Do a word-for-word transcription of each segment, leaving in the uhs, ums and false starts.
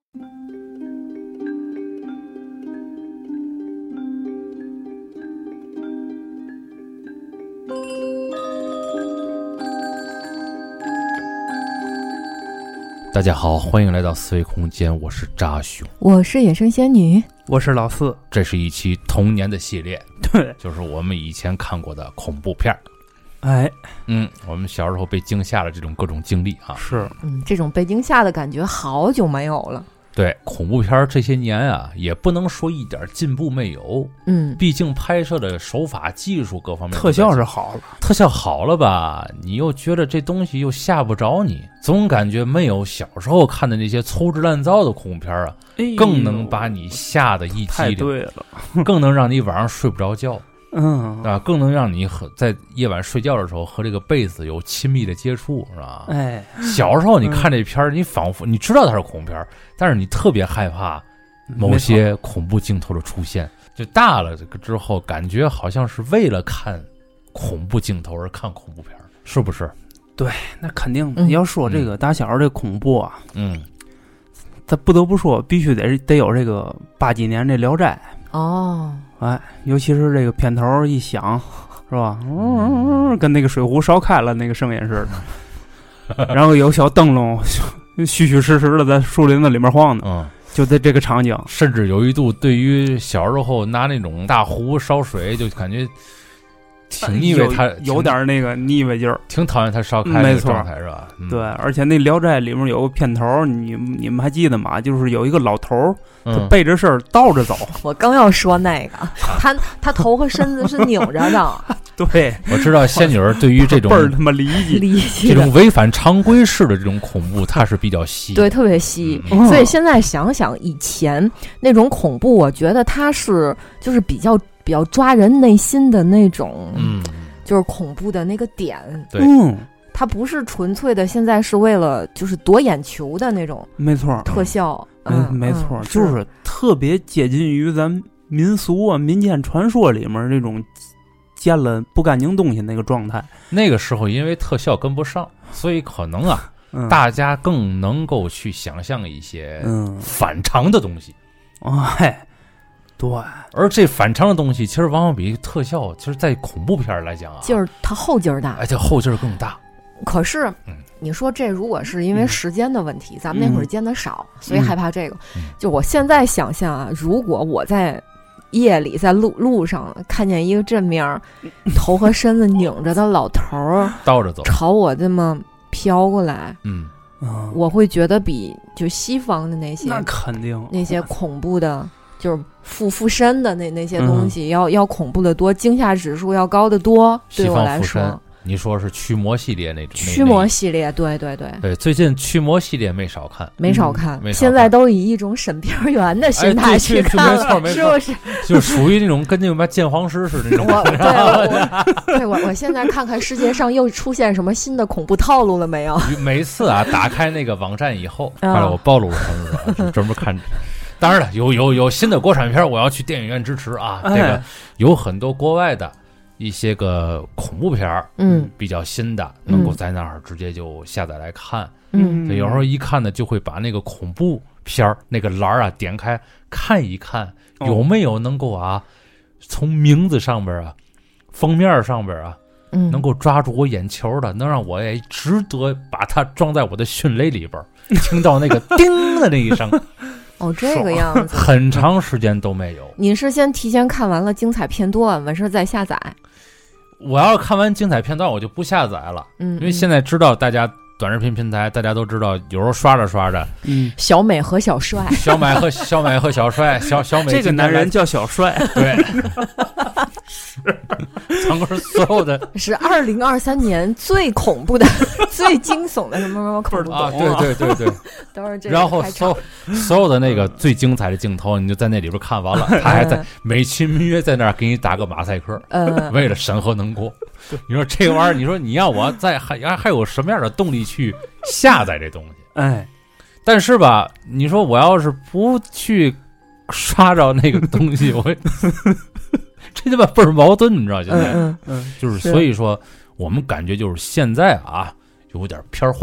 大家好，欢迎来到思维空间，我是扎熊， 我是野生仙女， 我是老四。 这是一期童年的系列， 对， 就是我们以前看过的恐怖片。 哎， 嗯，我们小时候被惊吓的这种各种经历啊， 是， 嗯，这种被惊吓的感觉好久没有了。 对，恐怖片这些年啊，也不能说一点进步没有， 嗯， 毕竟拍摄的手法、技术各方面， 特效是好了， 特效好了吧？你又觉得这东西又吓不着你，总感觉没有小时候看的那些粗制滥造的恐怖片啊， 哎、 更能把你吓得一激太灵， 对了， 更能让你晚上睡不着觉。 嗯啊，更能让你和在夜晚睡觉的时候和这个被子有亲密的接触，是吧？ 哎， 小时候你看这片儿，你仿佛你知道它是恐怖片儿，但是你特别害怕某些恐怖镜头的出现。就大了这个之后，感觉好像是为了看恐怖镜头而看恐怖片儿，是不是？ 对，那肯定的。 嗯、 要说这个打小这恐怖啊， 嗯， 咱不得不说，必须得得有这个八几年这《聊斋》 哦。 哎，尤其是这个片头一响，是吧？嗯，跟那个水壶烧开了那个声音似的，然后有小灯笼虚虚实实的在树林子里面晃呢。 嗯， 就在这个场景， 甚至有一度对于小时候拿那种大壶烧水，就感觉挺腻味他，他有, 有点那个腻味劲儿， 挺讨厌他烧开那个状态，是吧？ 嗯、对，而且那《聊斋》里面有个片头，你你们还记得吗？就是有一个老头，他背着身倒着走。 我刚要说那个，他他头和身子是拧着的。 对， 我知道仙女儿对于这种倍儿他妈离奇， 离奇这种违反常规式的这种恐怖，它是比较稀， 对，特别稀。 嗯、 所以现在想想以前那种恐怖，我觉得它是就是比较比较抓人内心的那种， 嗯。 就是恐怖的那个点， 对， 嗯， 它不是纯粹的，现在是为了就是夺眼球的那种， 没错， 特效， 嗯， 嗯没错， 嗯、 就是特别接近于咱民俗啊、民间传说里面那种见了不干净东西那个状态。 那个时候因为特效跟不上，所以可能啊， 嗯、 大家更能够去想象一些反常的东西， 哎。对， 而这反常的东西，其实往往比特效，其实在恐怖片来讲啊， 劲儿它后劲儿大， 哎，这后劲儿更大。 可是， 嗯， 你说这如果是因为时间的问题，嗯、咱们那会儿见的少， 嗯、 所以害怕这个。 嗯、 就我现在想象啊，如果我在夜里在路路上看见一个正面头和身子拧着的老头儿倒着走， 朝我这么飘过来， 嗯， 我会觉得比就西方的那些那肯定那些恐怖的。就是附附身的那那些东西要、嗯、要恐怖的多，惊吓指数要高得多。对我来说， 你说是驱魔系列那种？ 驱魔系列，对对对对，最近驱魔系列没少看， 没少看。 嗯、 现在都以一种审片员的心态去看了， 哎、没错没错， 是不是？ 就属于那种跟那个鉴黄师似的那种。 我对我对我我现在看看世界上又出现什么新的恐怖套路了没有？ 每次啊，打开那个网站以后，后来我暴露了什么？专门看。当然了，有有有新的国产片，我要去电影院支持啊！ 哎、 这个有很多国外的一些个恐怖片， 嗯， 比较新的，能够在那儿直接就下载来看。 嗯， 有时候一看呢，就会把那个恐怖片那个栏啊点开看一看，有没有能够啊，从名字上边啊、封面上边啊， 嗯， 能够抓住我眼球的，能让我也值得把它装在我的迅雷里边，听到那个叮的那一声。 哦，这个样子， 很长时间都没有。 你是先提前看完了精彩片段，完事再下载？ 我要是看完精彩片段，我就不下载了。 嗯， 因为现在知道大家短视频平台，大家都知道，有时候刷着刷着， 嗯， 小美和小帅， 小美和小美和小帅，小小美这个男人叫小帅， 对，是，整个所有的是二零二三年最恐怖的、最惊悚的什么什么恐怖啊，对对对对， 都是这个。 然后所所有的那个最精彩的镜头，你就在那里边看完了，他还在美其名曰在那儿给你打个马赛克， 嗯， 为了审核能过。你说这玩意儿，你说你要我在还还有什么样的动力去下载这东西？ 哎， 但是吧，你说我要是不去刷着那个东西，我这他妈倍儿矛盾，你知道？现在， 嗯嗯， 就是所以说，我们感觉就是现在啊，有点偏荒。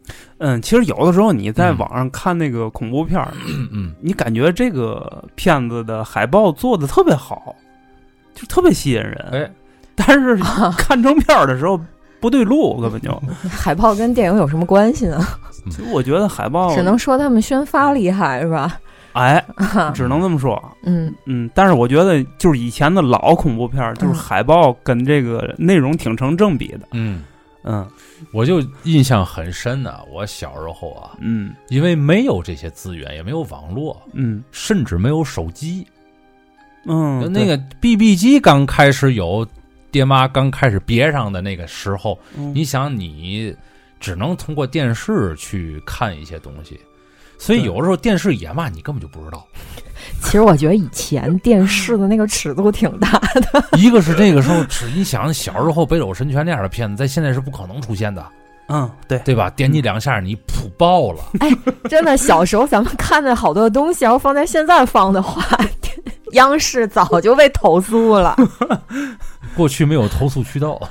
嗯，其实有的时候你在网上看那个恐怖片儿， 嗯嗯， 你感觉这个片子的海报做的特别好，就特别吸引人。 哎， 但是看成片儿的时候不对路，根本就海报跟电影有什么关系呢？ 其实我觉得海报只能说他们宣发厉害，是吧？ 哎，只能这么说。 嗯嗯，但是我觉得就是以前的老恐怖片儿，就是海报跟这个内容挺成正比的。 嗯嗯， 我就印象很深呐、啊。我小时候啊， 嗯， 因为没有这些资源，也没有网络， 嗯， 甚至没有手机。 嗯， 那个 B B 机刚开始有，爹妈刚开始别上的那个时候， 嗯、 你想你只能通过电视去看一些东西。所以有的时候电视演嘛，你根本就不知道。 其实我觉得以前电视的那个尺度挺大的。 一个是那个时候，你想小时候《北斗神拳》那样的片子，在现在是不可能出现的。 嗯，对， 对吧？点你两下，你扑爆了。 哎，真的，小时候咱们看的好多东西，要放在现在放的话，央视早就被投诉了。 过去没有投诉渠道，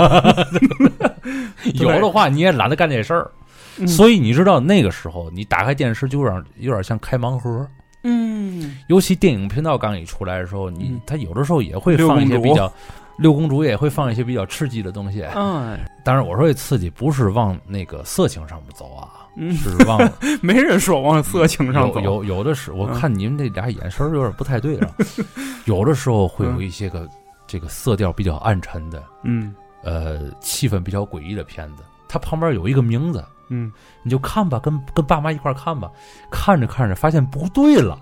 有的话你也懒得干这事儿。嗯、所以你知道那个时候，你打开电视就有点有点像开盲盒。 嗯， 尤其电影频道刚一出来的时候，你他有的时候也会放一些比较，六公主也会放一些比较刺激的东西。 嗯， 当然我说这刺激不是往那个色情上面走啊， 嗯、 是往没人说往色情上走。 有有有的是，我看你们这俩眼神有点不太对了。有的时候会有一些个、嗯、这个色调比较暗沉的， 嗯， 呃，气氛比较诡异的片子，它旁边有一个名字。 嗯， 你就看吧，跟跟爸妈一块看吧，看着看着发现不对了。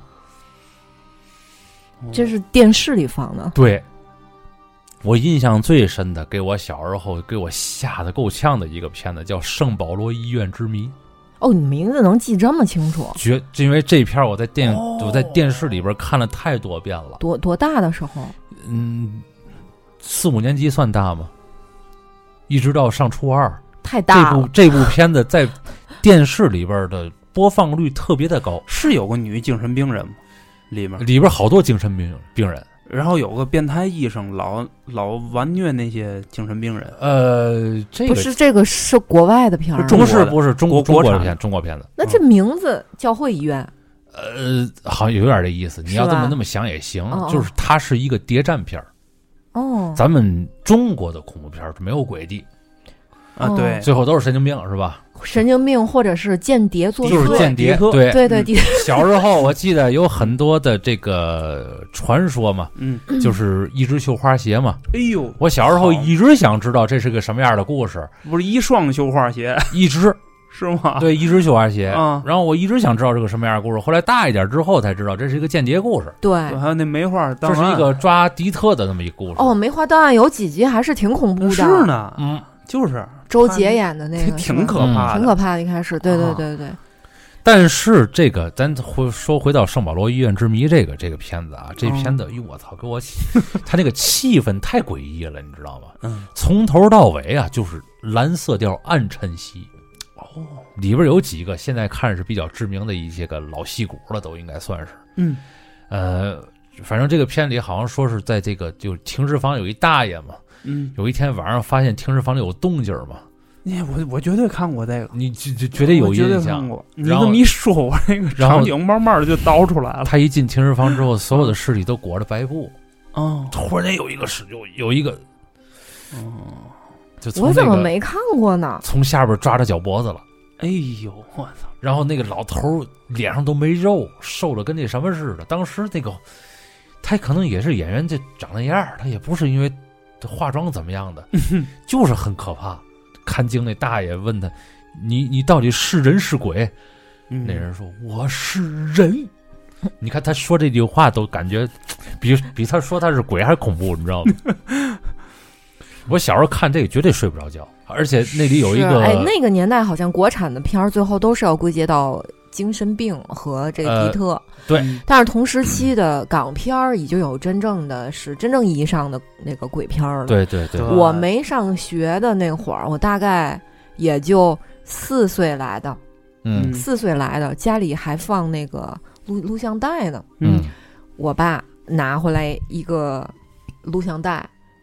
这是电视里放的。 对，我印象最深的，给我小时候给我吓得够呛的一个片子，叫《圣保罗医院之谜》。 哦，你名字能记这么清楚？ 绝，因为这片我在电、哦、我在电视里边看了太多遍了。 多多大的时候？ 嗯，四五年级算大吗？一直到上初二。 太大了， 这部这部片子在电视里边的播放率特别的高。 是有个女精神病人吗？里面里边好多精神病病人， 然后有个变态医生老老完虐那些精神病人。 呃，这个不是这个是国外的片儿， 不是不是中国中国的片，中国片子。 那这名字教会医院， 呃，好像有点这意思。你要这么那么想也行， 哦、 就是它是一个谍战片哦， 咱们中国的恐怖片是没有鬼的。 啊，对， 最后都是神经病，是吧？ 神经病或者是间谍作祟， 就是间谍。 对对对， 小时候我记得有很多的这个传说嘛， 嗯， 就是一只绣花鞋嘛。 哎呦， 我小时候一直想知道这是个什么样的故事。 不是一双绣花鞋， 一只是吗？ 对，一只绣花鞋。 嗯， 然后我一直想知道这个什么样的故事，后来大一点之后才知道这是一个间谍故事。 对， 还有那梅花档案， 这是一个抓迪特的那么一个故事。 哦，梅花档案有几集还是挺恐怖的。 是呢， 嗯。 就是周杰演的那个， 挺可怕的， 挺可怕的。一开始，对对对对。 但是这个，咱回说回到《圣保罗医院之谜》这个这个片子啊，这片子，哟，我操，给我，他那个气氛太诡异了，你知道吗？ 嗯， 从头到尾啊，就是蓝色调暗沉系。 哦， 里边有几个现在看是比较知名的一些个老戏骨了，都应该算是。 嗯， 呃，反正这个片里好像说是在这个就停尸房有一大爷嘛。 嗯， 有一天晚上发现停尸房里有动静嘛？ 你我我绝对看过这个， 你就就绝对有印象。 你这么一说，我这个场景慢慢的就倒出来了。 他一进停尸房之后，所有的尸体都裹着白布。 哦， 突然间有一个尸，有有一个， 哦， 就从、那个、 我怎么没看过呢？ 从下边抓着脚脖子了。 哎呦，我操！ 然后那个老头脸上都没肉，瘦的跟那什么似的。当时那个他可能也是演员，就长那样，他也不是因为。化妆怎么样的，就是很可怕。看经那大爷问他：“你你到底是人是鬼？” 嗯、 那人说：“我是人。”你看他说这句话都感觉比比他说他是鬼还恐怖，你知道吗？我小时候看这个绝对睡不着觉，而且那里有一个哎，那个年代好像国产的片儿最后都是要归结到精神病和这个迪特。 呃对， 但是同时期的港片儿已经有真正的是真正意义上的那个鬼片了。 对对对， 我没上学的那会儿，我大概也就四岁来的， 嗯， 四岁来的，家里还放那个录录像带呢。 嗯， 我爸拿回来一个录像带，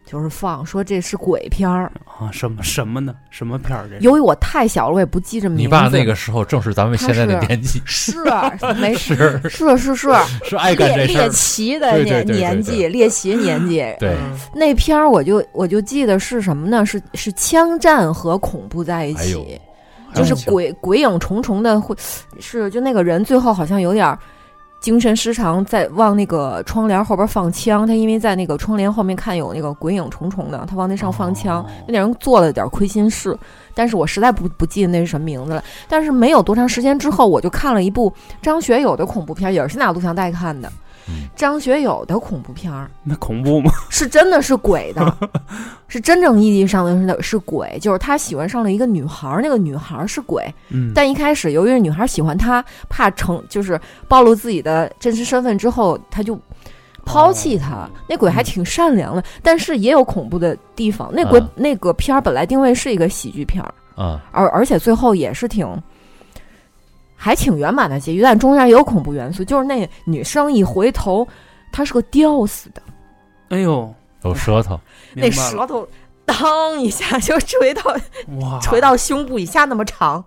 就是放说这是鬼片儿啊，什么什么呢？什么片儿？这由于我太小了，我也不记着名字。 你爸那个时候正是咱们现在的年纪， 是没是是是是是爱干这事儿， 猎奇的年年纪，猎奇年纪。 对， 那片儿我就我就记得是什么呢？是是枪战和恐怖在一起， 哎、 就是鬼鬼影重重的，会是就那个人最后好像有点精神失常，在往那个窗帘后边放枪。他因为在那个窗帘后面看有那个鬼影重重的，他往那上放枪，那点人做了点亏心事。但是我实在不不记得那是什么名字了。但是没有多长时间之后，我就看了一部张学友的恐怖片，也是拿录像带看的。张学友的恐怖片儿， 那恐怖吗？ 是真的是鬼的，是真正意义上的是鬼，就是他喜欢上了一个女孩，那个女孩是鬼， 嗯， 但一开始由于女孩喜欢他，怕成就是暴露自己的真实身份之后，他就抛弃他。哦、那鬼还挺善良的，但是也有恐怖的地方。那鬼、啊、那个片儿本来定位是一个喜剧片儿， 啊， 而而且最后也是挺。还挺圆满的结局，但中间也有恐怖元素。就是那女生一回头，她是个吊死的。 哎呦， 有舌头， 那舌头当一下就垂到哇， 垂到胸部以下那么长。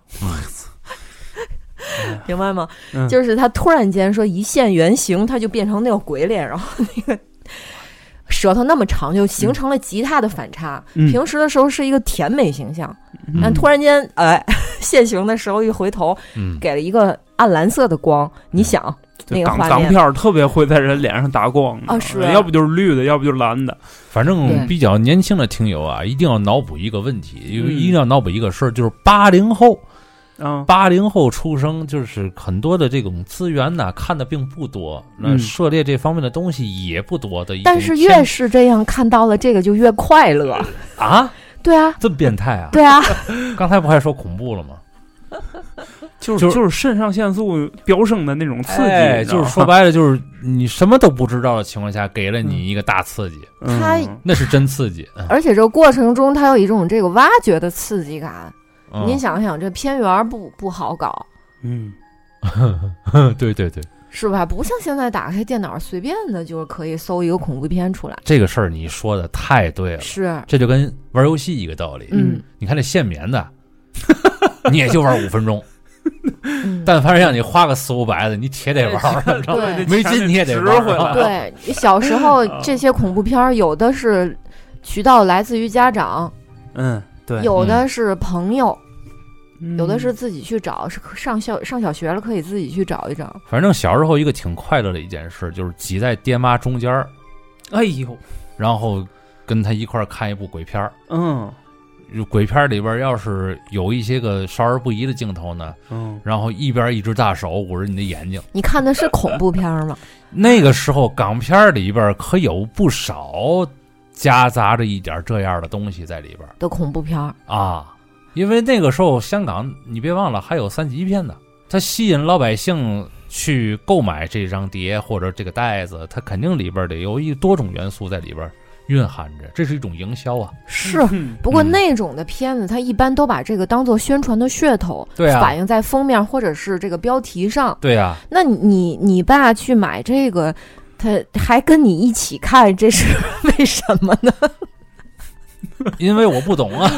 明白吗？嗯、就是他突然间说一现原形，他就变成那个鬼脸，然后那个舌头那么长，就形成了极大的反差。 嗯、 平时的时候是一个甜美形象，嗯、但突然间哎。现形的时候一回头，嗯，给了一个暗蓝色的光。嗯、你想、嗯、那个画面， 港片特别会在人脸上打光啊，是要不就是绿的，要不就是蓝的。 反正比较年轻的听友啊，一定要脑补一个问题， 嗯、 一定要脑补一个事儿，就是八零后， 嗯， 八零后出生，就是很多的这种资源呢、啊，看的并不多，那、嗯、涉猎这方面的东西也不多的。 但是越是这样看到了这个，就越快乐啊。 对啊， 这么变态啊！ 对啊， 刚才不还说恐怖了吗？ 就是就是肾上腺素飙升的那种刺激， 哎、就是说白了，就是你什么都不知道的情况下，给了你一个大刺激， 嗯、他那是真刺激。 而且这个过程中，它有一种这个挖掘的刺激感。 嗯、 您想想，这片源不不好搞， 嗯， 对对对。 是吧？不像现在打开电脑随便的就可以搜一个恐怖片出来。 这个事儿你说的太对了， 是， 这就跟玩游戏一个道理。 嗯， 你看这限眠的，你也就玩五分钟，嗯、但凡让你花个四五百的，你铁得玩， 对， 没劲你也得玩。 对，小时候这些恐怖片有的是渠道来自于家长， 嗯，对， 有的是朋友。 嗯有的是自己去找，是上校上小学了可以自己去找一找。 反正小时候一个挺快乐的一件事，就是挤在爹妈中间， 哎呦， 然后跟他一块儿看一部鬼片。 嗯， 鬼片里边要是有一些个少儿不宜的镜头呢， 嗯， 然后一边一只大手捂着你的眼睛。 你看的是恐怖片吗？ 那个时候港片里边可有不少夹杂着一点这样的东西在里边的恐怖片啊。因为那个时候香港你别忘了还有三级片呢，它吸引老百姓去购买这张碟或者这个袋子，它肯定里边得有一多种元素在里边蕴含着，这是一种营销啊。 是，不过那种的片子它一般都把这个当做宣传的噱头， 对啊， 反映在封面或者是这个标题上。 对啊， 那你你爸去买这个他还跟你一起看，这是为什么呢？ 因为我不懂啊。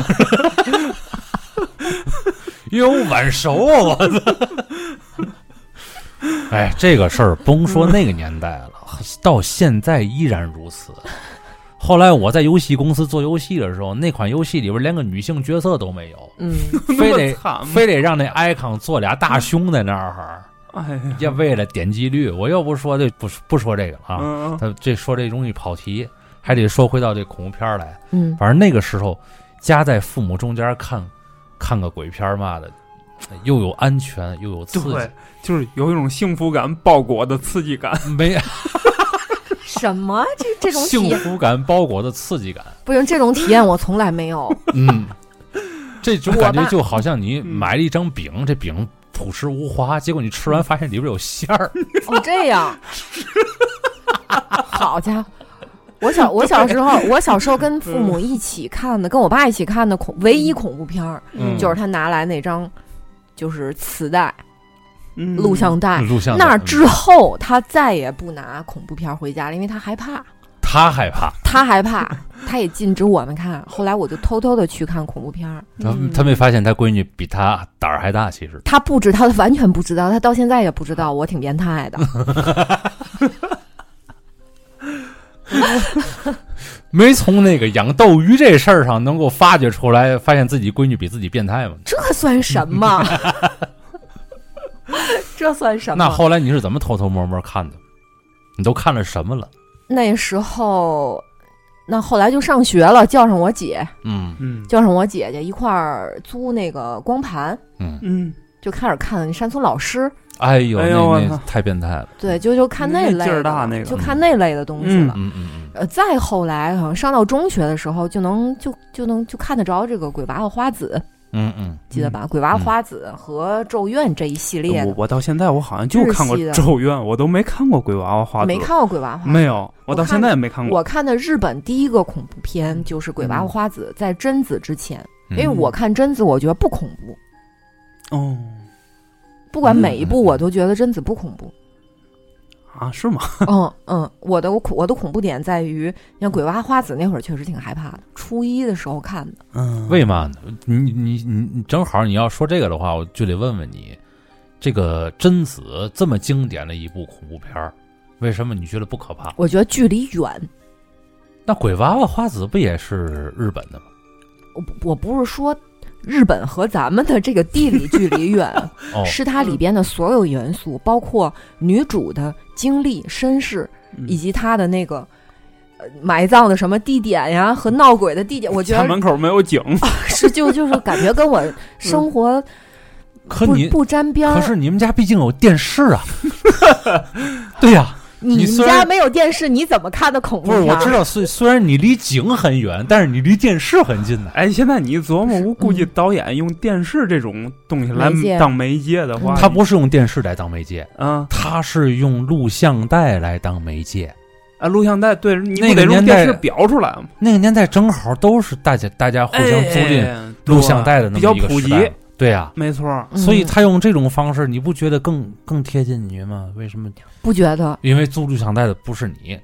因为我晚熟啊，我操！哎，这个事儿甭说那个年代了，到现在依然如此。后来我在游戏公司做游戏的时候，那款游戏里边连个女性角色都没有， 嗯， 非得非得让那 icon 做俩大胸在那儿， 哎， 要为了点击率。我又不说这不不说这个啊， 嗯、 他这说这容易跑题，还得说回到这恐怖片来。 嗯， 反正那个时候夹在父母中间看。看个鬼片嘛的，又有安全又有刺激， 对，就是有一种幸福感包裹的刺激感。 没什么这这种幸福感包裹的刺激感， 不行，这种体验我从来没有。 嗯，这种感觉就好像你买了一张饼，这饼朴实无华，结果你吃完发现里边有馅儿。 哦，这样，好家伙！我小我小时候，我小时候跟父母一起看的，跟我爸一起看的恐唯一恐怖片儿， 嗯、 就是他拿来那张就是磁带、 嗯、 录像带。 录像带那之后他再也不拿恐怖片回家了，因为他害怕。 他他害怕， 他害怕，他也禁止我们看。后来我就偷偷的去看恐怖片儿。 他他没发现他闺女比他胆儿还大，其实他不知，他完全不知道，他到现在也不知道我挺变态的。 没从那个养斗鱼这事儿上能够发掘出来，发现自己闺女比自己变态吗？ 这算什么？这算什么？ 那后来你是怎么偷偷摸摸看的？你都看了什么了？ 那时候，那后来就上学了，叫上我姐， 嗯嗯叫上我姐姐一块儿租那个光盘， 嗯嗯， 就开始看山村老师。 哎呦， 哎呦那那太变态了。 对，就就看那类那劲儿的， 大那个就看那类的东西了。 嗯嗯嗯， 呃，再后来好像上到中学的时候，就能就就能就看得着这个鬼娃娃花子， 嗯嗯， 记得吧？鬼娃娃花子和咒怨这一系列的我，我到现在我好像就看过日系的咒怨，我都没看过鬼娃娃花子， 没看过鬼娃娃花子。 没有，我到现在也没看过。 我看的日本第一个恐怖片就是《鬼娃娃花子》，在贞子之前， 嗯因为我看贞子，我觉得不恐怖， 哦不管每一部我都觉得贞子不恐怖。 啊，是吗？ 嗯嗯，我的我恐我的恐怖点在于，像《鬼娃娃花子》那会儿确实挺害怕的，初一的时候看的。 嗯， 为嘛呢？你你你你正好你要说这个的话，我就得问问你，这个贞子这么经典的一部恐怖片儿，为什么你觉得不可怕？ 我觉得距离远， 那鬼娃娃花子不也是日本的吗？ 我不我不是说日本和咱们的这个地理距离远， 哦， 是它里边的所有元素，包括女主的经历、身世，以及她的那个呃埋葬的什么地点呀和闹鬼的地点，我觉得家门口没有井， 是就就是感觉跟我生活不可你不沾边儿。 可是你们家毕竟有电视啊，对呀、 你们你虽然家没有电视，你怎么看的恐怖不是， 片？ 我知道，虽虽然你离井很远，但是你离电视很近呢。 哎，现在你琢磨，我估计导演用电视这种东西来媒介当媒介的话， 他不是用电视来当媒介， 啊他是用录像带来当媒介。 啊，录像带对，你那不得用个年代电视表出来吗？ 那个年代正好都是大家大家互相租赁哎录像带的那比较么一个普及， 时代。对呀、 没错。 嗯所以他用这种方式，你不觉得更更贴近你吗？为什么？ 不觉得？ 因为租录像带的不是你。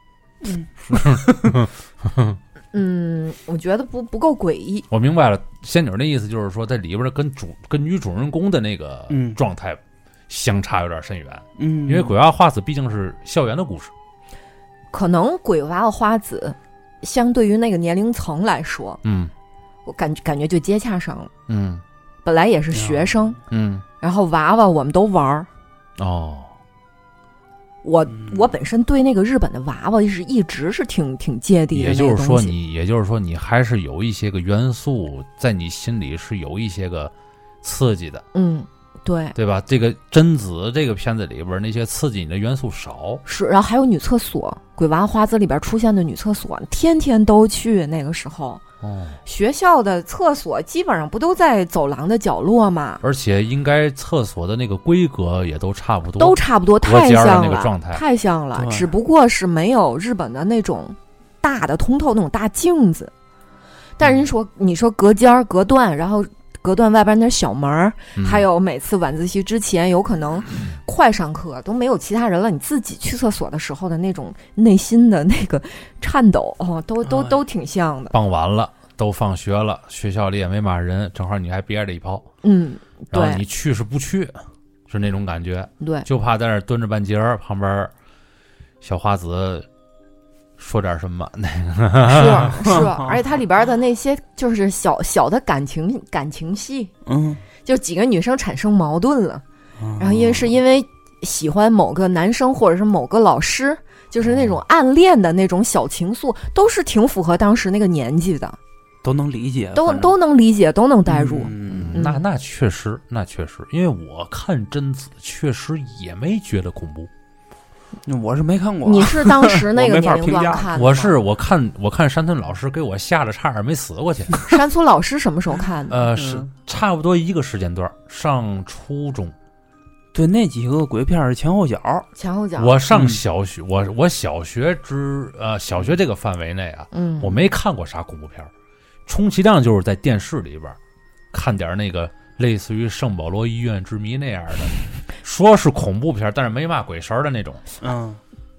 嗯， 嗯，我觉得不不够诡异。 我明白了，仙女的意思就是说，在里边跟主跟女主人公的那个嗯状态相差有点甚远。 嗯， 因为鬼娃娃花子毕竟是校园的故事。 可能鬼娃娃花子相对于那个年龄层来说， 嗯我感感觉就接洽上了。 嗯本来也是学生， 嗯， 然后娃娃我们都玩儿。 哦， 我嗯我本身对那个日本的娃娃是一直是挺挺芥蒂的也就是那个东西。 说你，也就是说你还是有一些个元素在你心里是有一些个刺激的， 嗯，对， 对吧？这个贞子这个片子里边那些刺激你的元素少。 是。然后还有女厕所，鬼娃娃花子里边出现的女厕所，天天都去。那个时候， 哦， 学校的厕所基本上不都在走廊的角落吗？ 而且应该厕所的那个规格也都差不多， 都差不多， 隔太间儿的像了， 那个状态太像了。 对只不过是没有日本的那种大的通透那种大镜子。但是人说，你说隔间儿、隔断，然后隔断外边那小门儿， 嗯还有每次晚自习之前，有可能快上课都没有其他人了，你自己去厕所的时候的那种内心的那个颤抖，哦，都都哎都挺像的。 傍晚了，都放学了，学校里也没嘛人，正好你还憋着一泡， 嗯， 然后对你去是不去，是那种感觉， 对， 就怕在那儿蹲着半截儿，旁边小花子说点什么，那是是，而且它里边的那些就是小小的感情感情戏， 嗯， 就几个女生产生矛盾了， 嗯然后因为是因为喜欢某个男生或者是某个老师，就是那种暗恋的那种小情愫，都是挺符合当时那个年纪的， 都能理解， 都反正都能理解，都能代入。 嗯嗯那那确实，那确实，因为我看贞子确实也没觉得恐怖。 嗯我是没看过， 你是当时那个我没法年龄段评价看的吗？ 我是我看我看山村老师给我吓得差点没死过去。 山村老师什么时候看的？ 呃，是嗯差不多一个时间段，上初中。 对那几个鬼片是前后脚， 前后脚。 我上嗯小学，我我小学之呃小学这个范围内啊， 嗯， 我没看过啥恐怖片儿，充其量就是在电视里边儿看点那个类似于圣保罗医院之谜那样的，说是恐怖片儿，但是没嘛鬼神儿的那种。 嗯，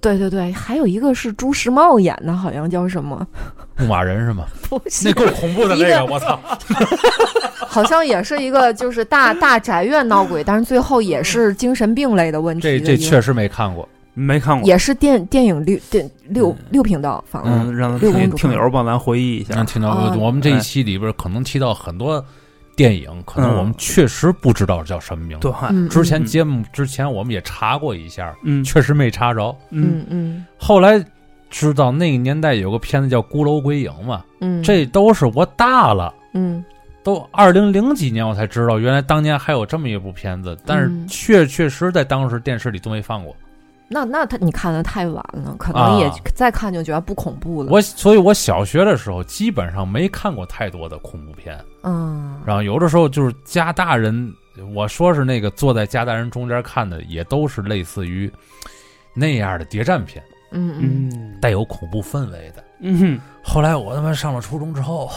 对对对，还有一个是朱时茂演的，好像叫什么？ 牧马人是吗？ 不是， 那够恐怖的那个，我操！ 好像也是一个就是大大宅院闹鬼，但是最后也是精神病类的问题的。 这这确实没看过， 没看过， 也是电电影六电六、嗯、六频道放的。 嗯，让听听友帮咱回忆一下。 听到、啊、我们这一期里边可能提到很多电影，可能我们确实不知道叫什么名字。对、嗯，之前节目之前我们也查过一下，嗯，确实没查着。 嗯嗯， 后来知道那个年代有个片子叫《孤楼鬼影》嘛， 嗯， 这都是我大了， 嗯。 都二零零几年我才知道，原来当年还有这么一部片子，但是确确实在当时电视里都没放过。 那那他你看的太晚了，可能也、啊、再看就觉得不恐怖了。 我所以，我小学的时候基本上没看过太多的恐怖片， 嗯， 然后有的时候就是家大人，我说是那个坐在家大人中间看的，也都是类似于那样的谍战片， 嗯嗯， 带有恐怖氛围的。 嗯哼， 后来我他妈上了初中之后。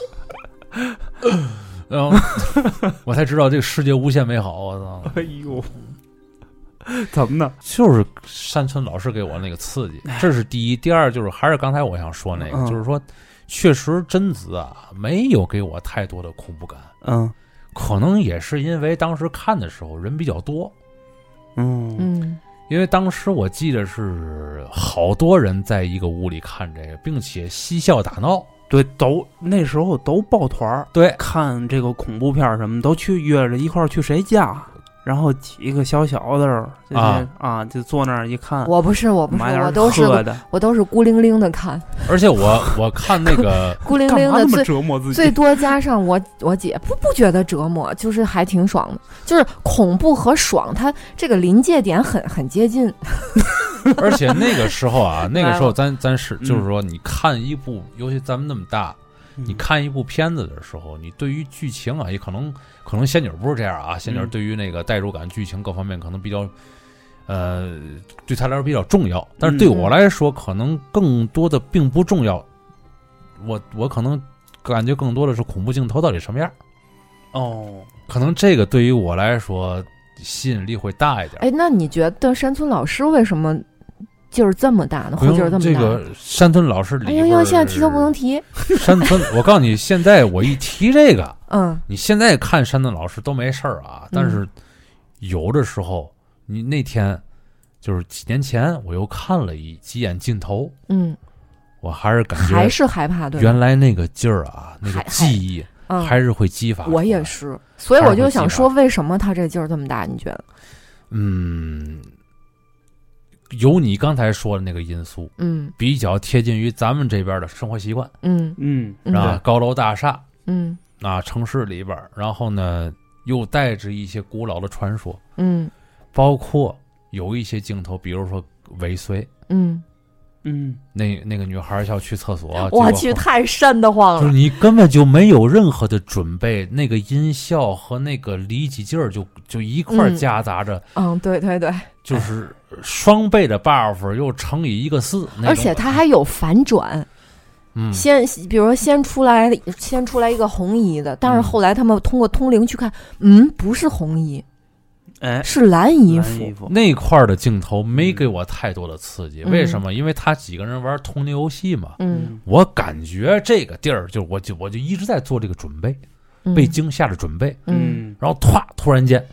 然后我才知道这个世界无限美好，我操！ 哎呦，怎么呢？ 就是山村老师给我那个刺激，这是第一。第二就是还是刚才我想说那个，嗯、就是说，确实贞子啊没有给我太多的恐怖感。 嗯， 可能也是因为当时看的时候人比较多。 嗯嗯， 因为当时我记得是好多人在一个屋里看这个，并且嬉笑打闹。 对，都那时候都抱团， 对， 看这个恐怖片什么，都去约着一块儿去谁家，然后几个小小的啊啊，就坐那儿一看。 我不是，我不是，我都是我都是孤零零的看。 而且我我看那个孤零零的最折磨自己， 最多加上我我姐不不觉得折磨，就是还挺爽的，就是恐怖和爽，它这个临界点很很接近。 而且那个时候啊，那个时候咱咱是就是说，你看一部，尤其咱们那么大，你看一部片子的时候，你对于剧情啊，也可能可能仙女不是这样啊，仙女对于那个代入感、剧情各方面可能比较，呃，对他来说比较重要，但是对我来说，可能更多的并不重要。我我可能感觉更多的是恐怖镜头到底什么样。 哦， 可能这个对于我来说吸引力会大一点。 哎，那你觉得山村老师为什么劲儿这么大呢？后劲儿这么大？ 这个山村老师里， 哎呦呦，现在提都不能提。 山村，我告诉你，现在我一提这个， 嗯， 你现在看山村老师都没事儿啊，但是有的时候，你那天就是几年前，我又看了一几眼镜头， 嗯， 我还是感觉还是害怕，对， 原来那个劲儿啊，那个记忆还是会激发。 我也是，所以我就想说，为什么他这劲儿这么大？你觉得？ 嗯。有你刚才说的那个因素， 嗯， 比较贴近于咱们这边的生活习惯， 嗯嗯， 啊，高楼大厦， 嗯， 啊，城市里边，然后呢，又带着一些古老的传说， 嗯， 包括有一些镜头，比如说尾随， 嗯嗯， 那那个女孩要去厕所， 我去，太瘆得慌了， 就是你根本就没有任何的准备，那个音效和那个离奇劲儿就就一块夹杂着， 嗯，嗯对对对， 就是双倍的 buff 又乘以一个四， 而且它还有反转。 嗯， 先比如说先出来先出来一个红衣的，但是后来他们通过通灵去看，嗯，不是红衣， 哎， 是蓝衣服。衣服那块的镜头没给我太多的刺激，嗯、为什么？因为他几个人玩通灵游戏嘛， 嗯， 我感觉这个地儿就我就我就一直在做这个准备， 嗯、 被惊吓的准备， 嗯， 然后唰，突然间。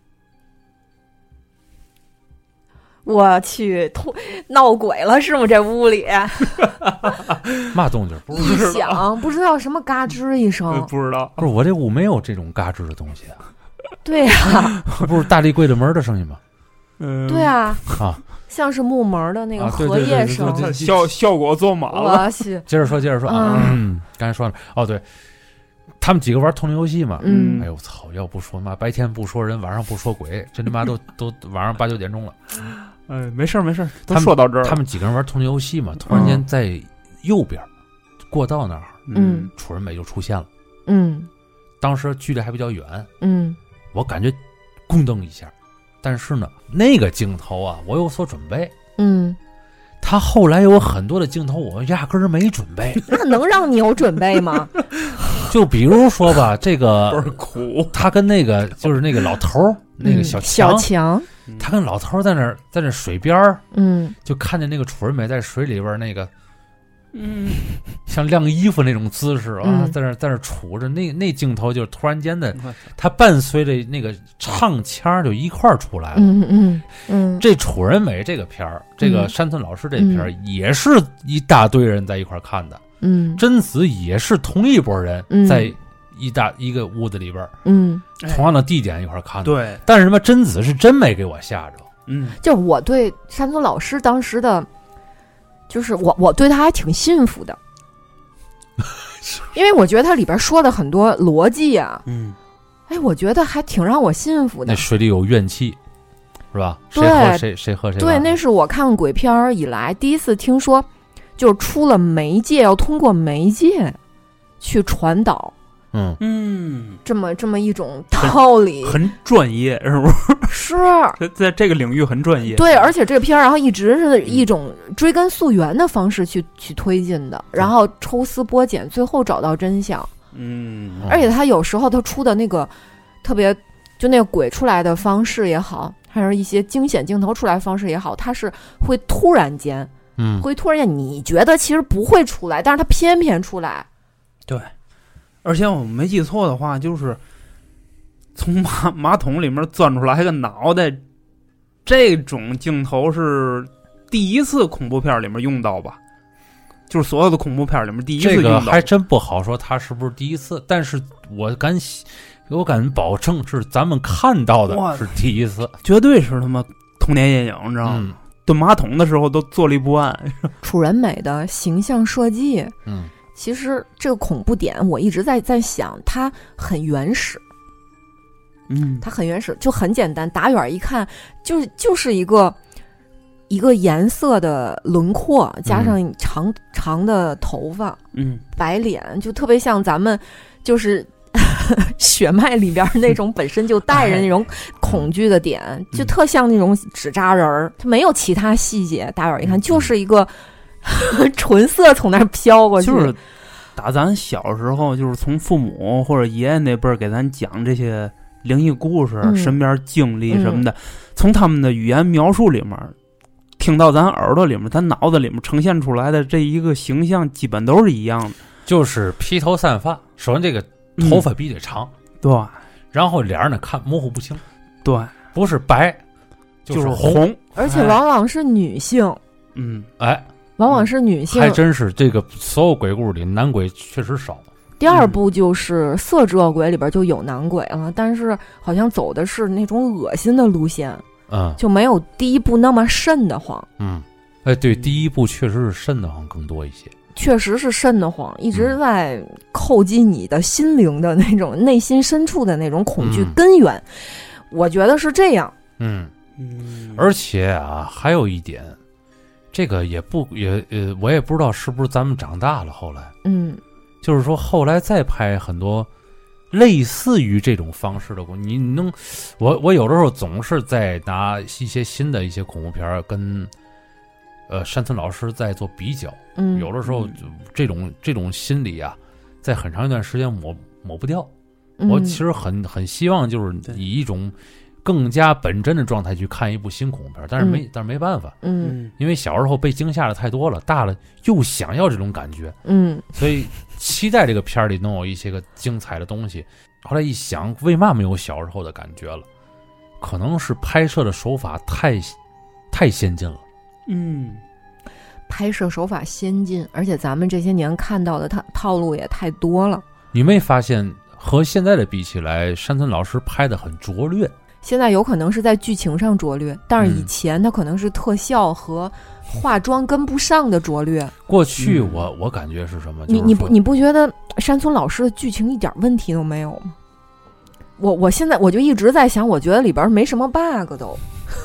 我去，突闹鬼了是吗？这屋里嘛动静？不是一响，不知道什么嘎吱一声， 不知道。 不是我这屋没有这种嘎吱的东西啊。 对呀， 不是大力柜的门的声音吗？ 嗯， 对啊， 啊， 像是木门的那个荷叶声， 啊、对对对对对效效果做满了。 我去， 接着说，接着说啊，嗯，刚才说了，哦，对。他们几个玩通灵游戏嘛， 嗯， 哎呦操！要不说嘛，白天不说人，晚上不说鬼，这他妈都都晚上八九点钟了。 哎，没事没事，都说到这儿。 他们几个人玩通灵游戏嘛，突然间在右边、嗯、过道那儿， 嗯， 楚人美就出现了， 嗯， 当时距离还比较远， 嗯， 我感觉咣噔一下，但是呢，那个镜头啊，我有所准备， 嗯。 他后来有很多的镜头，我压根儿没准备。 那能让你有准备吗？ 就比如说吧，这个倍儿苦， 他跟那个就是那个老头儿，那个小强，小强他跟老头在那儿在那水边儿， 嗯， 就看见那个楚人美在水里边那个， 嗯， 像晾衣服那种姿势啊， 嗯、 在那在那杵着，那那镜头就突然间的，他伴随着那个唱腔就一块儿出来了。 嗯嗯嗯， 这楚人美这个片儿，这个山村老师这片儿、嗯、也是一大堆人在一块儿看的。 嗯， 贞子也是同一拨人在一大一个屋子里边， 嗯， 同样的地点一块儿看的。 对， 但是什么贞子是真没给我吓着。 嗯， 就我对山村老师当时的，就是我我对他还挺信服的，因为我觉得他里边说的很多逻辑啊， 嗯， 哎，我觉得还挺让我信服的。 那水里有怨气，是吧？ 对， 谁喝谁谁喝谁。 对，那是我看鬼片以来第一次听说，就是出了媒介要通过媒介去传导。 嗯嗯， 这么这么一种道理， 很, 很专业，是不是？ 是，在这个领域很专业。 对，而且这个片儿，然后一直是一种追根溯源的方式去去推进的，然后抽丝剥茧，最后找到真相。 嗯， 而且他有时候他出的那个特别，就那个鬼出来的方式也好，还是一些惊险镜头出来的方式也好，他是会突然间， 嗯， 会突然间，你觉得其实不会出来，但是他偏偏出来。 对。而且我没记错的话，就是从马马桶里面钻出来个脑袋，这种镜头是第一次恐怖片里面用到吧？就是所有的恐怖片里面第一次用到。 这个还真不好说，他是不是第一次？但是我敢，我敢保证是咱们看到的是第一次， 绝对是他妈童年阴影，你知道吗？ 嗯、 蹲马桶的时候都坐立不安。 楚人美的形象设计， 嗯。 其实这个恐怖点，我一直在在想，它很原始， 嗯， 它很原始，就很简单，打远一看，就是就是一个一个颜色的轮廓，加上长、嗯、长的头发， 嗯， 白脸，就特别像咱们就是血脉里边那种本身就带着那种恐惧的点，哎、就特像那种纸扎人儿，它没有其他细节，打远一看、嗯、就是一个。纯色从那儿飘过去， 就是打咱小时候，就是从父母或者爷爷那辈儿给咱讲这些灵异故事、嗯、身边经历什么的、嗯，从他们的语言描述里面，听到咱耳朵里面、咱脑子里面呈现出来的这一个形象，基本都是一样的， 就是披头散发。首先，这个头发比较长， 嗯、对， 然后脸呢看模糊不清， 对， 不是白就是红， 红而且往往是女性， 嗯， 哎。 往往是女性， 还真是这个所有鬼故事里男鬼确实少。 第二部就是色之恶鬼里边就有男鬼了、嗯，但是好像走的是那种恶心的路线， 嗯， 就没有第一部那么瘆得慌。 嗯，哎，对，第一部确实是瘆得慌更多一些， 确实是瘆得慌，一直在叩击你的心灵的那种内心深处的那种恐惧根源。嗯、我觉得是这样。 嗯嗯，而且啊，还有一点。这个也不也呃，我也不知道是不是咱们长大了。后来， 嗯， 就是说后来再拍很多类似于这种方式的，你你能，我我有的时候总是在拿一些新的一些恐怖片跟呃山村老师在做比较， 嗯， 有的时候这种这种心理啊，在很长一段时间抹抹不掉。 嗯、 我其实很很希望就是以一种。更加本真的状态去看一部新恐怖片，但是没，嗯、但是没办法， 嗯， 因为小时候被惊吓的太多了，大了又想要这种感觉， 嗯， 所以期待这个片里能有一些个精彩的东西。后来一想，为嘛没有小时候的感觉了？可能是拍摄的手法太太先进了， 嗯， 拍摄手法先进，而且咱们这些年看到的套套路也太多了。 你没发现和现在的比起来，山村老师拍的很拙劣？ 现在有可能是在剧情上拙劣，但是以前它可能是特效和化妆跟不上的拙劣。 过去我、嗯、我感觉是什么？ 你你不你不觉得山村老师的剧情一点问题都没有吗？我我现在我就一直在想，我觉得里边没什么 bug 都。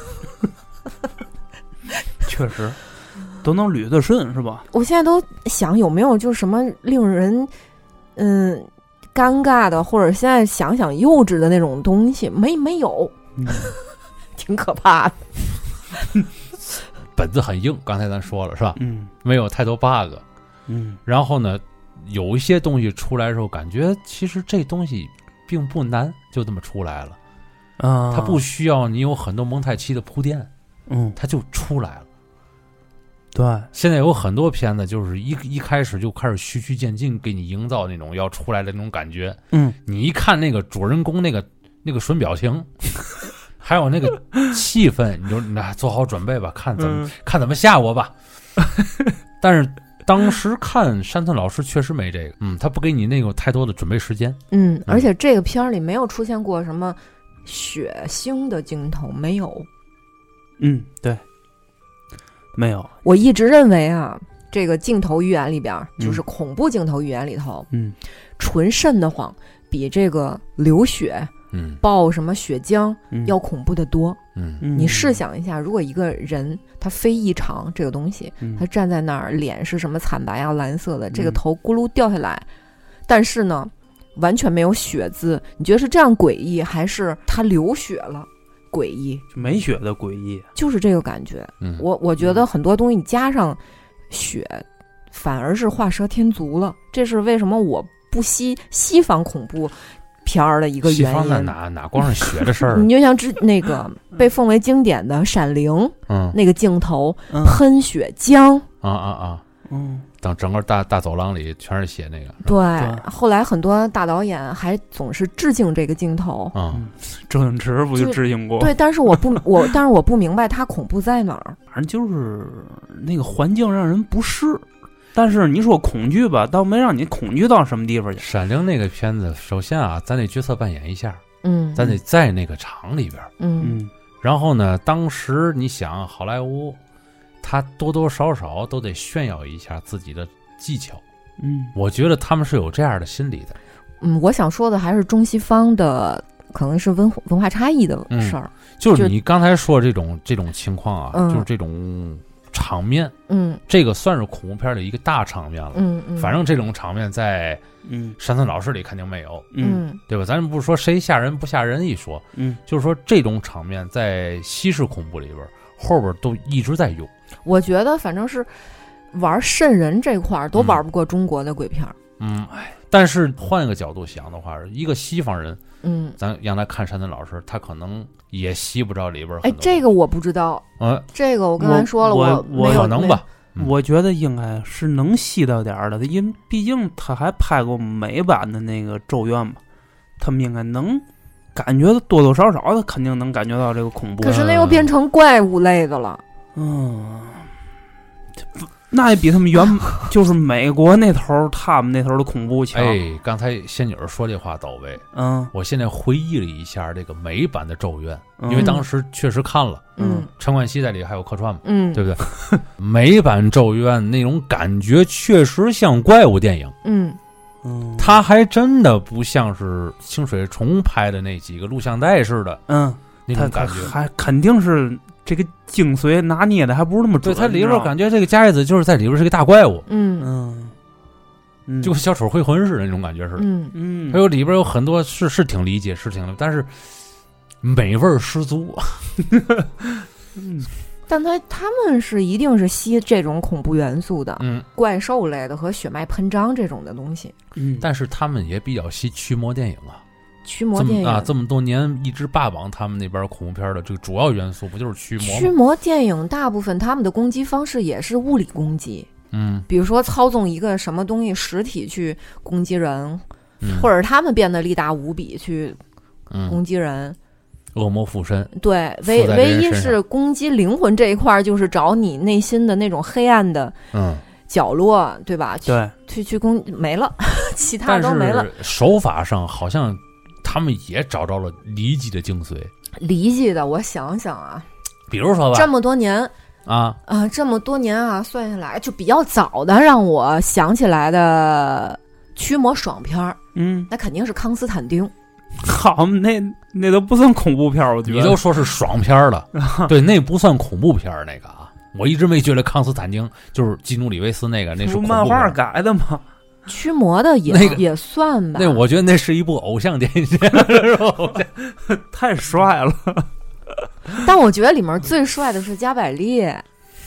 确实，都能捋得顺是吧？ 我现在都想有没有就什么令人嗯。尴尬的，或者现在想想幼稚的那种东西，没没有， 嗯、 挺可怕的。 本子很硬，刚才咱说了是吧？ 嗯， 没有太多 bug。 嗯， 然后呢，有一些东西出来的时候，感觉其实这东西并不难，就这么出来了。 啊， 它不需要你有很多蒙太奇的铺垫， 嗯， 它就出来了。 对， 现在有很多片子就是一一开始就开始循序渐进，给你营造那种要出来的那种感觉。 嗯， 你一看那个主人公那个那个纯表情，还有那个气氛，你就那做好准备吧，看怎么、嗯、看怎么吓我吧。但是当时看山村老师确实没这个，嗯，他不给你那个太多的准备时间。 嗯，而且这个片儿里没有出现过什么血腥的镜头，没有。 嗯，对。没有， 我一直认为啊，这个镜头语言里边，就是恐怖镜头语言里头， 嗯， 纯瘆得慌，比这个流血， 嗯， 爆什么血浆、 嗯、 要恐怖得多。 嗯， 你试想一下，如果一个人他非异常这个东西， 嗯、 他站在那儿，脸是什么惨白啊、蓝色的，这个头咕噜掉下来，嗯、但是呢，完全没有血渍，你觉得是这样诡异，还是他流血了？诡异， 没血的诡异， 就是这个感觉。 嗯， 我我觉得很多东西你加上血，反而是画蛇添足了。这是为什么我不惜西方恐怖片儿的一个原因。 西方的哪哪光是血的事儿？ 你就像之那个被奉为经典的《闪灵》， 嗯， 那个镜头、 嗯、 喷血浆， 啊啊啊， 嗯。 等整个大大走廊里全是血那个， 对，后来很多大导演还总是致敬这个镜头。 嗯， 周星驰不就致敬过？ 对，但是我不我，但是我不明白他恐怖在哪儿。 反正就是那个环境让人不适，但是你说恐惧吧，倒没让你恐惧到什么地方去。 闪灵那个片子，首先啊，咱得角色扮演一下， 嗯， 咱得在那个场里边， 嗯， 然后呢，当时你想好莱坞。他多多少少都得炫耀一下自己的技巧， 嗯， 我觉得他们是有这样的心理的。 嗯，我想说的还是中西方的，可能是文文化差异的事儿、 嗯。就是你刚才说这种这种情况啊、 嗯， 就是这种场面， 嗯， 这个算是恐怖片的一个大场面了， 嗯嗯。 反正这种场面在嗯山村老师里肯定没有， 嗯， 对吧？咱不是说谁吓人不吓人一说， 嗯， 就是说这种场面在西式恐怖里边后边都一直在用。 我觉得反正是玩瘆人这块儿都玩不过中国的鬼片。 嗯，哎，但是换一个角度想的话，一个西方人， 嗯， 咱让他看山村老师，他可能也吸不着里边。 哎，这个我不知道。 嗯， 这个我刚才说了， 我我可能吧。 我觉得应该是能吸到点儿的，因毕竟他还拍过美版的那个《咒怨》嘛，他们应该能感觉多多少少的，肯定能感觉到这个恐怖。 可是那又变成怪物类的了。 嗯，那也比他们原就是美国那头他们那头的恐怖强。 哎，刚才仙女说这话到位。 嗯， 我现在回忆了一下这个美版的《咒怨》，嗯，因为当时确实看了。 嗯， 陈冠希在里还有客串嘛， 嗯， 对不对？美版《咒怨》那种感觉确实像怪物电影。 嗯嗯， 它还真的不像是清水虫拍的那几个录像带似的。 嗯， 那种感觉还肯定是。这个精髓拿捏的还不是那么准， 对，它里边感觉这个加叶子就是在里边是个大怪物， 嗯嗯， 就跟小丑回魂似的那种感觉似的， 嗯嗯， 还有里边有很多是是挺理解，是挺，但是美味十足。 嗯， 但他他们是一定是吸这种恐怖元素的， 嗯， 怪兽类的和血脉喷张这种的东西， 嗯， 但是他们也比较吸驱魔电影啊。 驱魔电影啊，这么多年一直霸榜他们那边恐怖片的这个主要元素不就是驱魔吗？ 驱魔电影大部分他们的攻击方式也是物理攻击， 嗯， 比如说操纵一个什么东西实体去攻击人， 嗯、 或者他们变得力大无比去攻击人， 嗯、恶魔附身。 对，唯唯一是攻击灵魂这一块，就是找你内心的那种黑暗的嗯角落，对吧？ 对， 去去攻没了，其他都没了。 手法上好像。他们也找着了离奇的精髓， 离奇的，我想想啊， 比如说吧， 这么多年啊啊、呃，这么多年啊，算下来就比较早的让我想起来的驱魔爽片儿， 嗯， 那肯定是康斯坦丁。 好，那那都不算恐怖片，我觉得你都说是爽片了，对，那不算恐怖片那个啊，我一直没觉得康斯坦丁就是基努里维斯那个，那是恐怖片漫画改的吗？ 驱魔的也、 那个、 也算吧， 那我觉得那是一部偶像电影，是吧？ 太帅了。 但我觉得里面最帅的是加百列。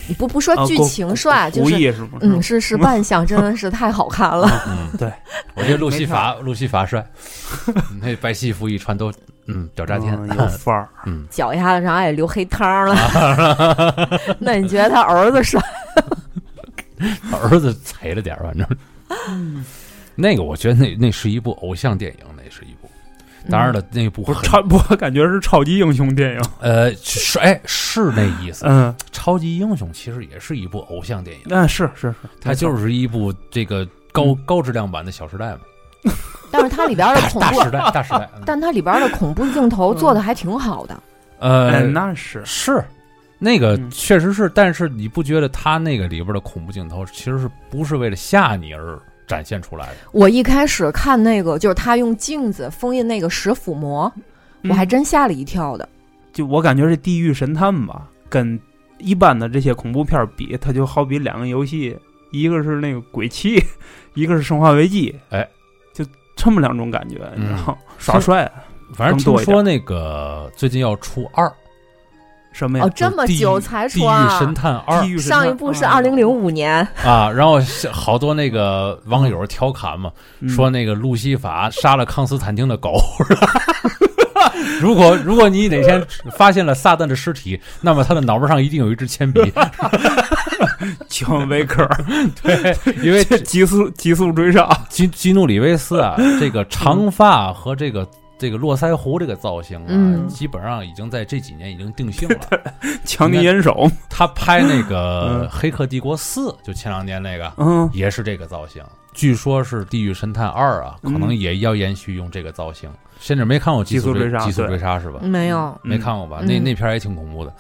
不不说剧情帅， 啊、 就是是不是嗯，是是扮相，真的是太好看了。 嗯， 对， 我觉得路西法路西法帅，那白西服一穿都嗯屌炸天， 嗯、有范儿。 嗯， 脚丫子上也留黑汤了。那你觉得他儿子帅？ 儿子踩了点儿，反正。嗯，那个我觉得那那是一部偶像电影，那是一部。当然了，那部不是超，我感觉是超级英雄电影。 呃，是哎，是那意思。 嗯， 超级英雄其实也是一部偶像电影。 嗯，是是是， 它就是一部这个高、嗯、高质量版的《小时代》嘛。 但是它里边的恐怖大时代，大时代。 但它里边的恐怖镜头做的还挺好的。 呃， 嗯、那是是。那个确实是，但是你不觉得他那个里边的恐怖镜头其实是不是为了吓你而展现出来的？ 我一开始看那个就是他用镜子封印那个食腐魔， 嗯、 我还真吓了一跳的。 就我感觉这《地狱神探》吧，跟一般的这些恐怖片比，它就好比两个游戏，一个是那个鬼泣，一个是生化危机， 哎， 就这么两种感觉，你知道，耍帅。 反正听说那个最近要出二。 什么呀？ 哦，这么久才出啊！ 地狱神探二， 上一部是二零零五年啊。然后好多那个网友调侃嘛， 嗯、 说那个路西法杀了康斯坦丁的狗。如果如果你哪天发现了撒旦的尸体，那么他的脑门上一定有一支铅笔。 乔维克， 对，因为急速急速追杀基基努里维斯啊，这个长发和这个。这个络腮胡这个造型啊， 嗯、 基本上已经在这几年已经定性了。 强敌严守， 他拍那个《黑客帝国四》，就前两年那个， 嗯， 也是这个造型。据说是《地狱神探二》啊，可能也要延续用这个造型。甚至没看过《极速追杀》，极速追杀是吧？ 没有， 没看过吧？嗯、那那片也挺恐怖的。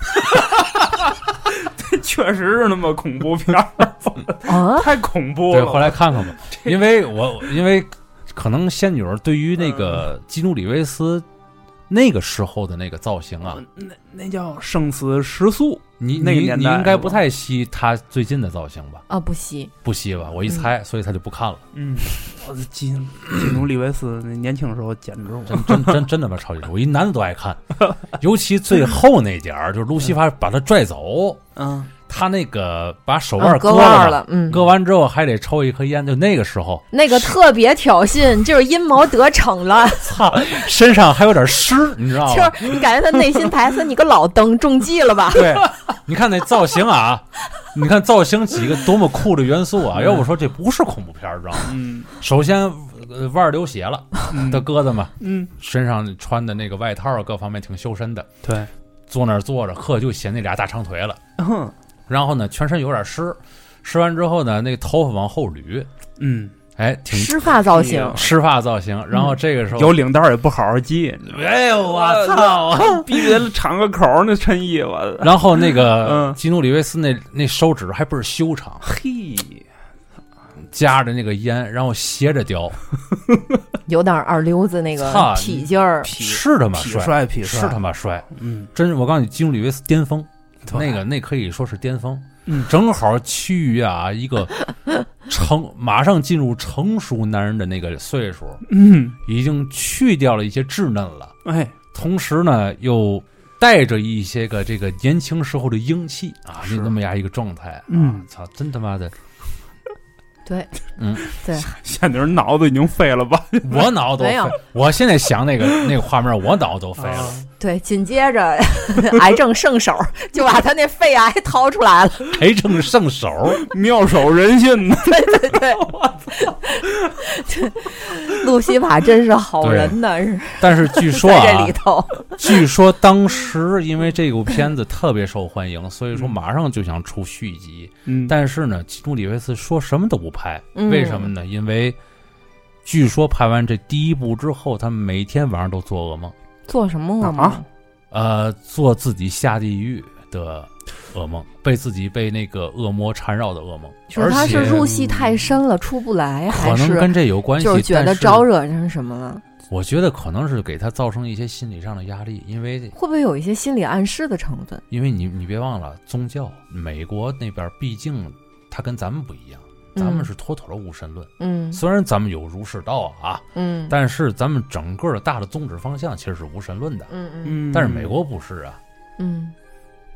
这确实是那么恐怖片儿啊， 太恐怖了。 对，后来看看吧，因为我因为。可能仙女儿对于那个基努里维斯那个时候的那个造型啊， 那那叫生死时速。 你那个年代你应该不太稀他最近的造型吧？ 啊，不稀， 不稀吧？我一猜，嗯、所以他就不看了。 嗯，我的基基努里维斯那年轻时候简直真真真真的吧，超级我一男的都爱看，尤其最后那点儿，就是路西法把他拽走， 嗯。 他那个把手腕割了， 了，嗯， 割完之后还得抽一颗烟，就那个时候， 那个特别挑衅，就是阴谋得逞了。 操，身上还有点湿，你知道吗？ 就是你感觉他内心台词，你个老登中计了吧？ 对，你看那造型啊，你看造型几个多么酷的元素啊！ 嗯、 要不说这不是恐怖片，知道吗？ 嗯， 首先。呃，腕儿流血了，他疙瘩嘛， 嗯， 身上穿的那个外套各方面挺修身的， 对， 坐那儿坐着，呵，就显那俩大长腿了， 嗯， 然后呢，全身有点湿，湿完之后呢，那个头发往后捋， 嗯， 哎，挺湿发造型， 湿发造型，然后这个时候、 嗯、有领带也不好好系， 哎呦我操， 必须得敞个口那衬衣我， 然后那个、 嗯、 基努里维斯那那手指还倍儿修长， 嘿。 夹着那个烟，然后斜着叼， 有点二溜子那个痞劲儿， 是他妈帅， 是他妈帅， 嗯， 真我告诉你，基努里维斯巅峰，那个那可以说是巅峰， 嗯， 正好趋于啊一个成马上进入成熟男人的那个岁数， 嗯， 已经去掉了一些稚嫩了， 哎， 同时呢又带着一些个这个年轻时候的英气啊，那么样一个状态，啊、 嗯， 操，真他妈的。 对， 嗯， 对， 现在人脑子已经飞了吧？ 我脑子都飞，我现在想那个那个画面，我脑子都飞了。啊、 对，紧接着癌症圣手就把他那肺癌掏出来了。 癌症圣手， 妙手仁心呢？ 对对对，我操！路西法真是好人呢，是。 但是据说啊， 在这里头， 据说当时因为这部片子特别受欢迎，所以说马上就想出续集。 嗯， 但是呢，基努里维斯说什么都不拍， 嗯、 为什么呢？因为据说拍完这第一部之后，他每天晚上都做噩梦。 做什么噩梦？ 啊、 呃，做自己下地狱的噩梦，被自己被那个恶魔缠绕的噩梦。而且他是入戏太深了，出不来，还是可能跟这有关系？ 就是觉得招惹人什么了？ 我觉得可能是给他造成一些心理上的压力，因为会不会有一些心理暗示的成分？ 因为你你别忘了，宗教美国那边毕竟它跟咱们不一样，咱们是妥妥的无神论。 嗯， 虽然咱们有儒释道啊， 嗯， 但是咱们整个的大的宗旨方向其实是无神论的。 嗯嗯， 但是美国不是啊。 嗯，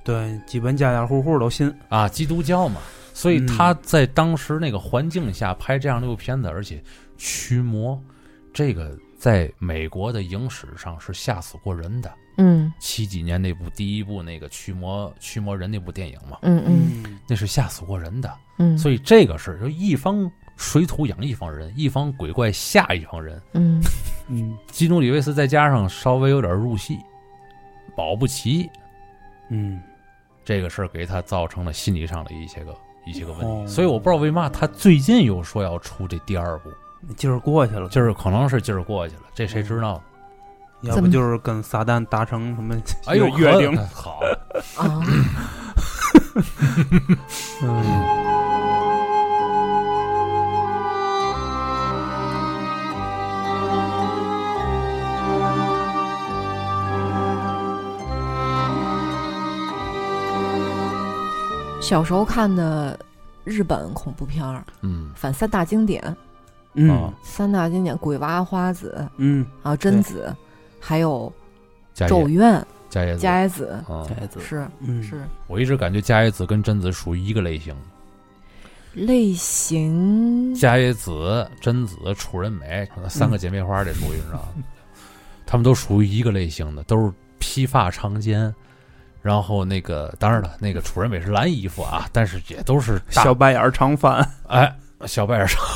对，基本家家户户都信啊，基督教嘛，所以他在当时那个环境下拍这样的一部片子，而且驱魔，这个在美国的影史上是吓死过人的。 嗯， 七几年那部第一部那个驱魔驱魔人那部电影嘛， 嗯嗯， 那是吓死过人的。 嗯， 所以这个是就一方水土养一方人，一方鬼怪吓一方人。 嗯嗯， 基努里维斯再加上稍微有点入戏，保不齐， 嗯， 这个事儿给他造成了心理上的一些个一些个问题。 哦、 所以我不知道为嘛他最近又说要出这第二部， 劲儿过去了， 就是可能是劲儿过去了，这谁知道呢？ 要不就是跟撒旦达成什么哎呦约定？ 好啊， 嗯。 小时候看的日本恐怖片儿， 嗯， 反三大经典， 嗯， 三大经典：鬼娃、花子， 嗯， 啊，贞子，还有咒怨、 伽椰子、 伽椰子， 伽椰子是， 嗯， 是。 我一直感觉伽椰子跟贞子属于一个类型。 类型， 伽椰子、贞子、楚人美三个姐妹花，这属于你知道吗？他们都属于一个类型的，都是披发长肩。然后那个当然了，那个楚人美是蓝衣服啊，但是也都是小白眼长发， 哎，小白眼长，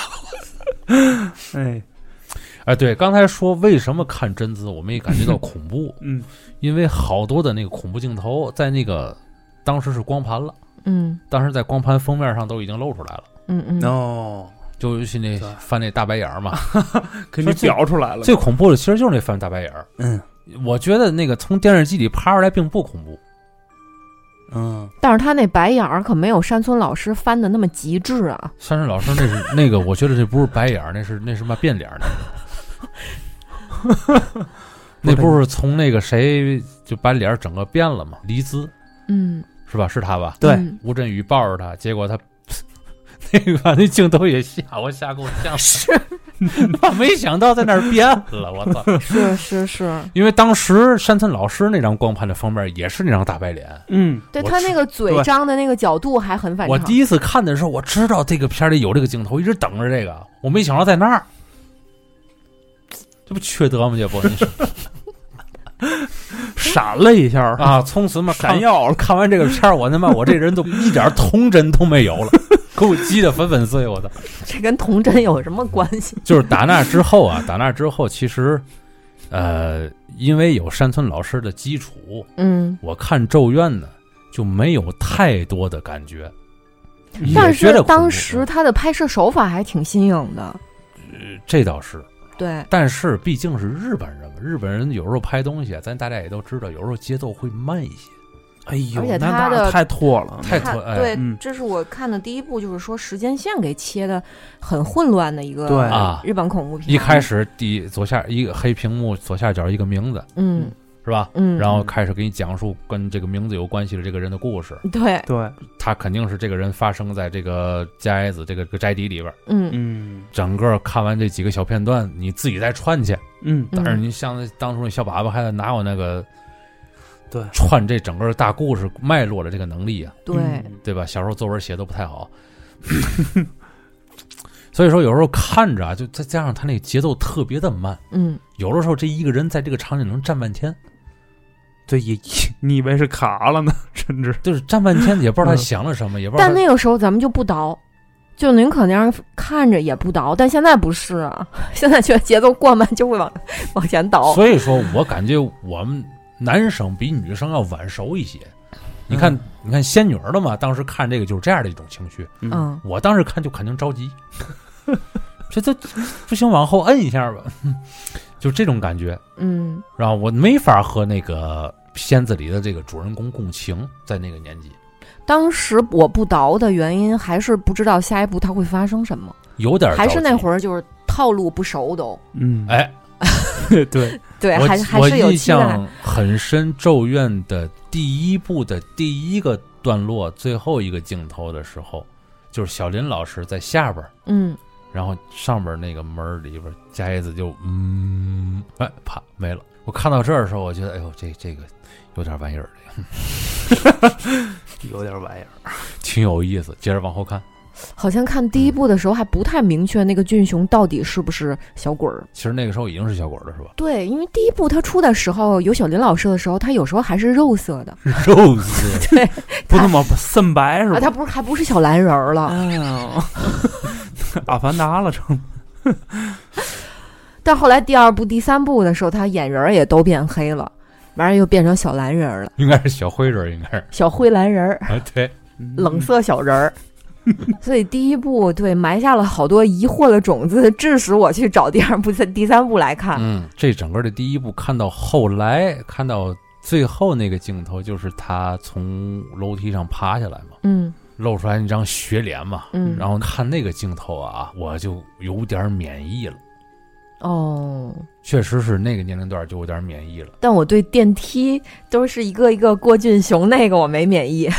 哎哎，对，刚才说为什么看贞子我们也感觉到恐怖， 嗯， 因为好多的那个恐怖镜头在那个当时是光盘了， 嗯， 当时在光盘封面上都已经露出来了， 嗯嗯， 哦， 就尤其那翻那大白眼嘛， 给你表出来了。 最恐怖的其实就是那翻大白眼， 嗯。 我觉得那个从电视机里爬出来并不恐怖， 嗯， 但是他那白眼儿可没有山村老师翻的那么极致啊。 山村老师那是那个，我觉得这不是白眼儿，那是那是嘛变脸那个，那不是从那个谁就把脸整个变了吗？黎姿， 嗯， 是吧？是他吧？ 对， 嗯、 吴镇宇抱着他，结果他那个把那镜头也吓我吓够呛， 是。 我没想到在那儿变了，我操！ 是是是， 因为当时山村老师那张光盘的封面也是那张大白脸， 嗯， 对他那个嘴张的那个角度还很反常。 我第一次看的时候，我知道这个片里有这个镜头，一直等着这个，我没想到在那儿，这不缺德吗？这不， 闪了一下啊！从此嘛， 闪耀了。 看完这个片我他妈我这人都一点童真都没有了。给我急得粉粉碎，我操！ 这跟童真有什么关系？ 就是打那之后啊，打那之后，其实，呃，因为有山村老师的基础， 嗯， 我看《咒怨》呢就没有太多的感觉。 但是当时他的拍摄手法还挺新颖的， 呃，这倒是。 对， 但是毕竟是日本人嘛，日本人有时候拍东西，咱大家也都知道，有时候节奏会慢一些。 哎呦， 而且他的太拖了， 太拖。哎、 对、 嗯， 这是我看的第一部，就是说时间线给切的很混乱的一个对啊日本恐怖片。 一开始第左下一个黑屏幕，左下角一个名字， 嗯， 是吧？ 嗯， 然后开始给你讲述跟这个名字有关系的这个人的故事。 对对， 他肯定是这个人发生在这个伽椰子这个这个宅邸里边。 嗯嗯， 整个看完这几个小片段，你自己再串去。 嗯， 但是你像当初那小粑粑还哪有那个？ 对， 串这整个大故事脉络的这个能力啊， 对、 嗯、 对吧？小时候作文写都不太好，所以说有时候看着啊，就再加上他那个节奏特别的慢， 嗯， 有的时候这一个人在这个场景能站半天， 对，也你以为是卡了呢，甚至就是站半天也不知道他想了什么，嗯、也不知道。 但那个时候咱们就不倒，就宁可那样看着也不倒，但现在不是啊，现在觉得节奏过慢就会往往前倒。 所以说我感觉我们。男生比女生要晚熟一些，你看，嗯、你看仙女儿的嘛，当时看这个就是这样的一种情绪。 嗯， 我当时看就肯定着急，这这不行，往后摁一下吧，就这种感觉。 嗯， 然后我没法和那个片子里的这个主人公共情，在那个年纪。 当时我不倒的原因，还是不知道下一步它会发生什么， 有点还是那会儿就是套路不熟都。 嗯， 哎。 对对，还还我是有印象很深，《咒怨》的第一部的第一个段落最后一个镜头的时候，就是小林老师在下边， 嗯， 然后上边那个门里边夹子就嗯，哎，啪没了。我看到这儿的时候，我觉得，哎呦，这这个有点玩意儿的， 有点玩意儿， 挺有意思。接着往后看， 好像看第一部的时候还不太明确那个俊雄到底是不是小鬼儿。 其实那个时候已经是小鬼了，是吧？ 对，因为第一部他出的时候，有小林老师的时候，他有时候还是肉色的， 肉色， 对， 不那么深白是吧？ 啊，他不是还不是小蓝人儿了。 哎呀，阿凡达了成。 但后来第二部、第三部的时候，他眼仁儿也都变黑了，完了又变成小蓝人儿了， 应该是小灰人，应该是小灰蓝人儿， 啊，对， 冷色小人儿。所以第一部对埋下了好多疑惑的种子，致使我去找第二部、第三部来看。 嗯，这整个的第一部看到后来，看到最后那个镜头，就是他从楼梯上爬下来嘛， 嗯， 露出来那张雪脸嘛， 嗯， 然后看那个镜头啊，我就有点免疫了。 哦， 确实是那个年龄段就有点免疫了。 但我对电梯都是一个一个郭俊雄那个我没免疫。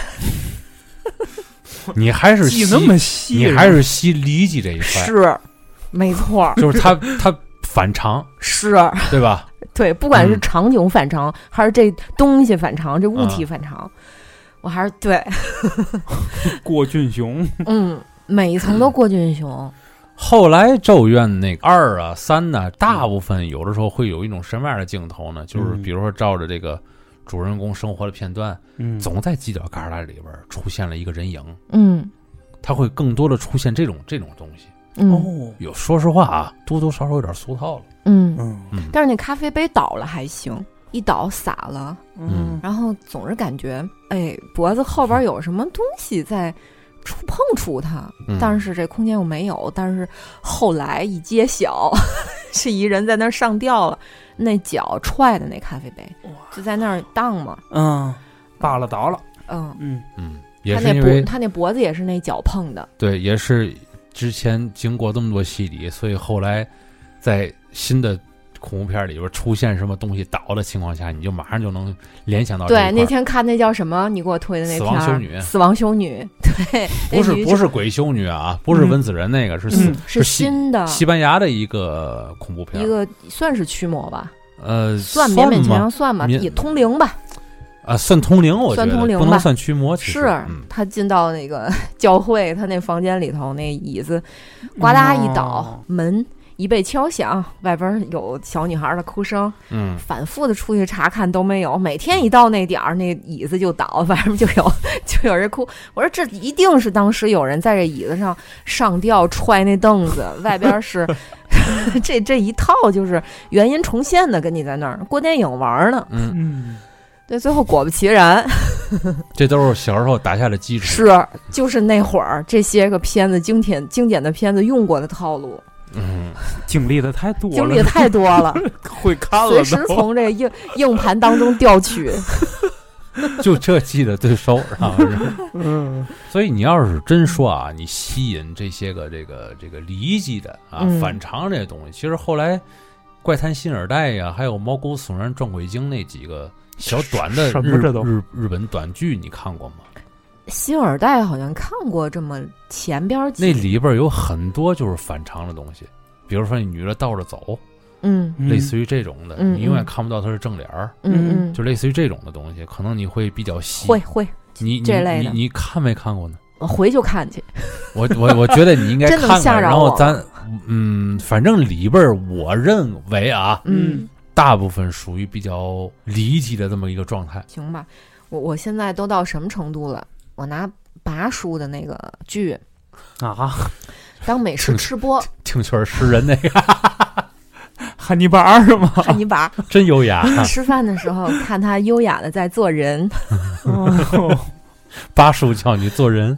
你还是记那么细， 你还是吸离奇这一块， 是，没错， 就是他他反常， 是， 对吧？ 对，不管是场景反常，嗯、还是这东西反常，这物体反常，嗯、我还是对。 郭俊雄， 嗯，每一层都郭俊雄。 后来咒怨那个二啊三呢、啊，大部分有的时候会有一种什么样的镜头呢？就是比如说照着这个主人公生活的片段，嗯，总在犄角旮旯里边出现了一个人影，嗯，他会更多的出现这种这种东西。哦，有说实话啊，多多少少有点俗套了。嗯嗯，但是那咖啡杯倒了还行，一倒洒了，嗯，然后总是感觉哎脖子后边有什么东西在触碰触它， 嗯、 但是这空间又没有。但是后来一揭晓，是一人在那儿上吊了，那脚踹的那咖啡杯就在那儿荡嘛， 嗯，扒拉倒了， 嗯嗯嗯，也他是因为那他那脖子也是那脚碰的， 对，也是之前经过这么多洗礼，所以后来在新的恐怖片里边出现什么东西倒的情况下，你就马上就能联想到这一块。 对，那天看那叫什么？你给我推的那片死亡修女， 死亡修女，对， 不是不是鬼修女啊，不是温子仁那个， 嗯、 是、 嗯、 是新的西班牙的一个恐怖片， 一个算是驱魔吧， 呃， 算勉勉强强算吧，也通灵吧。 啊，算通灵，我觉得算通灵不能算驱魔。其实是、 嗯、 他进到那个教会，他那房间里头，那椅子呱嗒一倒，哦、门一被敲响，外边有小女孩的哭声。嗯，反复的出去查看都没有，每天一到那点儿，那椅子就倒，外面就有就有人哭。我说这一定是当时有人在这椅子上上吊踹那凳子，外边是这这一套就是原因重现的，跟你在那儿过电影玩呢。 嗯嗯。 对，最后果不其然， 这都是小时候打下的基础。 是，就是那会儿这些个片子经典经典的片子用过的套路。 嗯， 经历的太多了， 经历的太多了， 会看了， 随时从这硬硬盘当中调取。 就这记得最熟，是吧？嗯，所以你要是真说啊，你吸引这些个这个这个离奇的啊、嗯、反常这些东西，其实后来《怪谈新耳袋》呀，还有《毛骨悚然撞鬼经》那几个。小短的日日日本短剧你看过吗？ 新耳袋好像看过这么前边几， 那里边有很多就是反常的东西，比如说那女的倒着走， 嗯， 类似于这种的， 嗯、 你永远看不到她是正脸儿， 嗯嗯， 就类似于这种的东西，可能你会比较细， 会会， 你这类的，你你看没看过呢？ 我回就看去， 我我我觉得你应该看看，然后咱嗯， 反正里边我认为啊， 嗯。 大部分属于比较离奇的这么一个状态。 行吧，我我现在都到什么程度了？我拿拔叔的那个剧啊当美食吃播， 听曲儿诗人那个汉尼拔是吗？ 汉尼拔真优雅。 吃饭的时候看他优雅的在做人， 哦、 拔叔教你做人。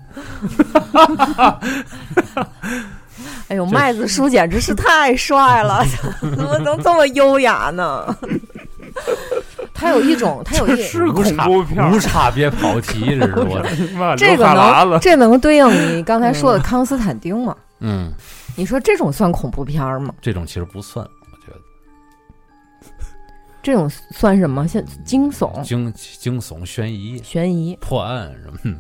哎呦，麦子叔简直是太帅了，怎么能这么优雅呢？他有一种，他有一是恐怖片， 无差别跑题，这是我这个能这能对应你刚才说的康斯坦丁吗？ 嗯， 你说这种算恐怖片吗？ 这种其实不算，我觉得。 这种算什么？像惊悚、 惊惊悚、悬疑、 悬疑、 破案什么？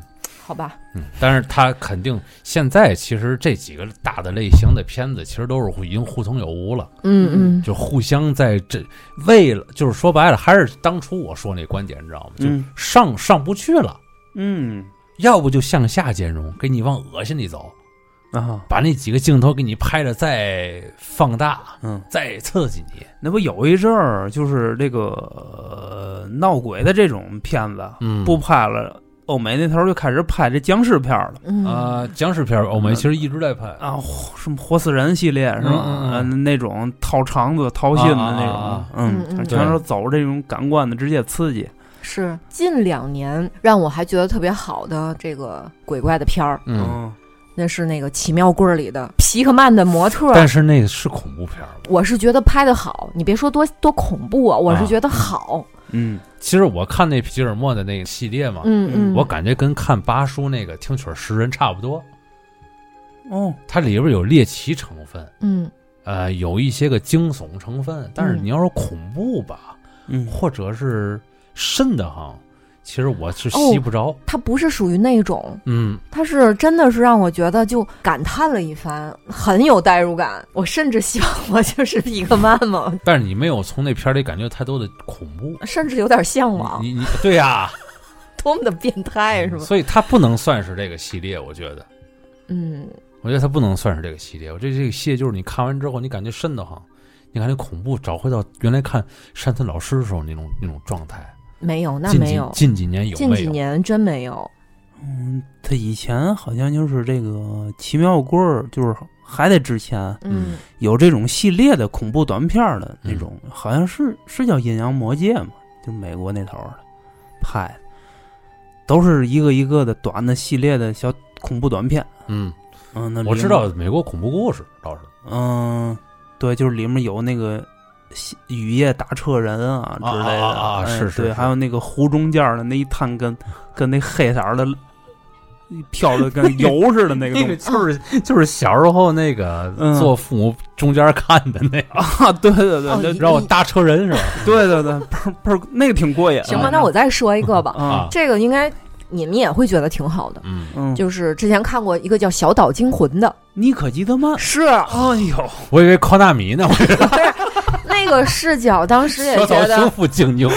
好吧， 嗯，但是他肯定现在其实这几个大的类型的片子，其实都是已经互通有无了。 嗯嗯， 就互相在这为了，就是说白了，还是当初我说那观点，你知道吗？就上、嗯、上不去了。 嗯， 要不就向下兼容，给你往恶心里走啊， 把那几个镜头给你拍的再放大， 嗯， 再刺激你。 那不有一阵儿就是这个、呃、闹鬼的这种片子， 嗯， 不拍了。欧美那头就开始拍这僵尸片了， 嗯啊，僵尸片欧美其实一直在拍啊，什么活死人系列是吧？ 嗯嗯嗯、那种掏肠子、掏心的那种， 啊、 嗯， 嗯全都走这种感官的直接刺激。 是近两年让我还觉得特别好的这个鬼怪的片儿， 嗯， 那是那个《奇妙棍》里的皮克曼的模特， 但是那个是恐怖片， 我是觉得拍的好，你别说多多恐怖啊，我是觉得好。 啊嗯，其实我看那吉尔莫的那个系列嘛， 嗯嗯， 我感觉跟看巴叔那个听曲诗人差不多。 哦， 它里边有猎奇成分， 嗯， 呃，有一些个惊悚成分，但是你要说恐怖吧， 嗯， 或者是瘆得慌，其实我是吸不着。 哦、它不是属于那种， 嗯， 它是真的是让我觉得就感叹了一番，很有代入感。我甚至希望我就是皮克曼嘛。 但是你没有从那片里感觉太多的恐怖， 甚至有点向往。 你你对呀、啊， 多么的变态是吧？ 所以它不能算是这个系列，我觉得。 嗯， 我觉得它不能算是这个系列。我觉得这个系列就是你看完之后，你感觉瘆得慌，你感觉恐怖，找回到原来看山村老师的时候那种那种状态。 没有，那没有。 近几年有没有？ 近几年真没有。 嗯，他以前好像就是这个奇妙棍儿，就是还在之前， 嗯， 有这种系列的恐怖短片的那种，嗯、好像是是叫《阴阳魔界》嘛，就美国那头的拍的，都是一个一个的短的系列的小恐怖短片。 嗯嗯，那我知道美国恐怖故事倒是。 嗯，对，就是里面有那个。雨夜打车人啊之类的啊，是是， 对，还有那个湖中间的那一滩跟跟那黑色的飘的跟油似的那个东西， 就是就是小时候那个做父母中间看的那个啊，对对对， 让我搭车人是吧？ 对对对，不是那个挺过瘾。 行吧，那我再说一个吧， 啊， 这个应该你们也会觉得挺好的， 嗯嗯， 就是之前看过一个叫《小岛惊魂》的， 妮可基德曼是， 哎呦， 我以为靠纳米呢，我不是。那个视角当时也觉得小岛夫惊惊魂，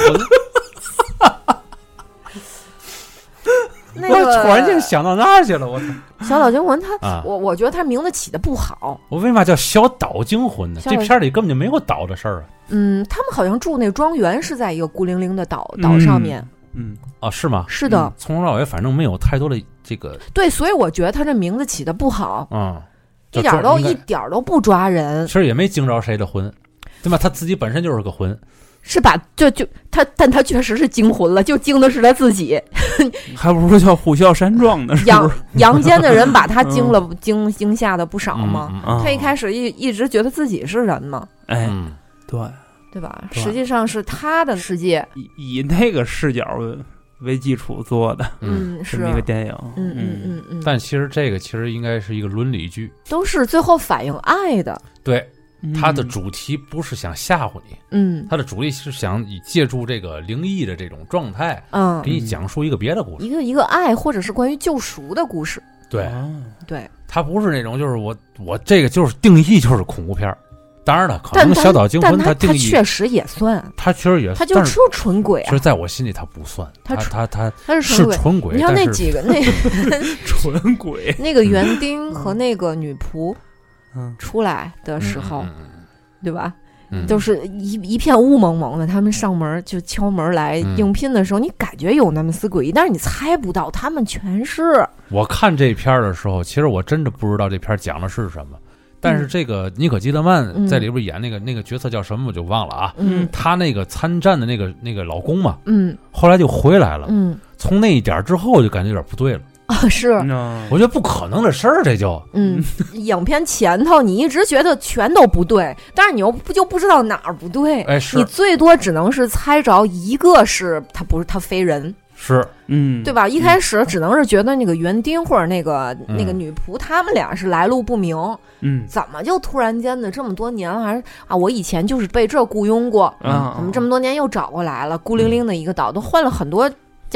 那个我突然间想到那儿去了，我操！ 小岛惊魂他， 啊、 我我觉得他名字起的不好。 我为嘛叫小岛惊魂呢？这片里根本就没有岛的事儿啊。 嗯，他们好像住那庄园是在一个孤零零的岛岛上面。 嗯， 哦，是吗？ 是的， 嗯、从头到尾反正没有太多的这个。 对，所以我觉得他这名字起的不好。 嗯。 一点都一点都不抓人， 其实也没惊着谁的魂，对吧？他自己本身就是个魂， 是吧？就就他，但他确实是惊魂了，就惊的是他自己， 还不如叫呼啸山庄呢。 阳阳间的人把他惊了，嗯、惊惊吓的不少嘛。 嗯嗯、 他一开始一一直觉得自己是人嘛， 哎， 嗯、 对对吧？实际上是他的世界， 以以那个视角为基础做的， 嗯， 是这么一个电影， 嗯嗯嗯嗯。 但其实这个其实应该是一个伦理剧， 都是最后反映爱的。 对，它的主题不是想吓唬你， 嗯， 它的主题是想以借助这个灵异的这种状态， 嗯， 给你讲述一个别的故事， 一个一个爱或者是关于救赎的故事。 对， 啊、 对， 它不是那种就是我我这个就是定义就是恐怖片儿。当然了，可能小岛惊魂它定义， 确实也算， 它确实也， 它就是纯鬼、啊。 其实在我心里它不算，它它它它是纯鬼。 你像那几个那纯鬼， 那个园丁和那个女仆， 嗯， 出来的时候， 嗯嗯、 对吧？ 嗯， 都是一一片雾蒙蒙的，他们上门就敲门来应聘的时候， 嗯、 你感觉有那么丝诡异，但是你猜不到，他们全是。 我看这片的时候，其实我真的不知道这片讲的是什么。但是这个妮可基德曼在里边演那个、嗯、那个角色叫什么我就忘了啊。 嗯， 他那个参战的那个那个老公嘛， 嗯， 后来就回来了。 嗯， 从那一点之后就感觉有点不对了。 啊，是， 我觉得不可能的事儿，这就， 嗯，影片前头你一直觉得全都不对，但是你又不就不知道哪儿不对， 哎，是， 你最多只能是猜着一个是他不是他非人。 是， 嗯， 对吧？一开始只能是觉得那个园丁或者那个、 嗯、 那个女仆，他们俩是来路不明。 嗯， 怎么就突然间的这么多年了，还是啊？我以前就是被这雇佣过， 啊， 怎么这么多年又找过来了？孤零零的一个岛，都换了很多家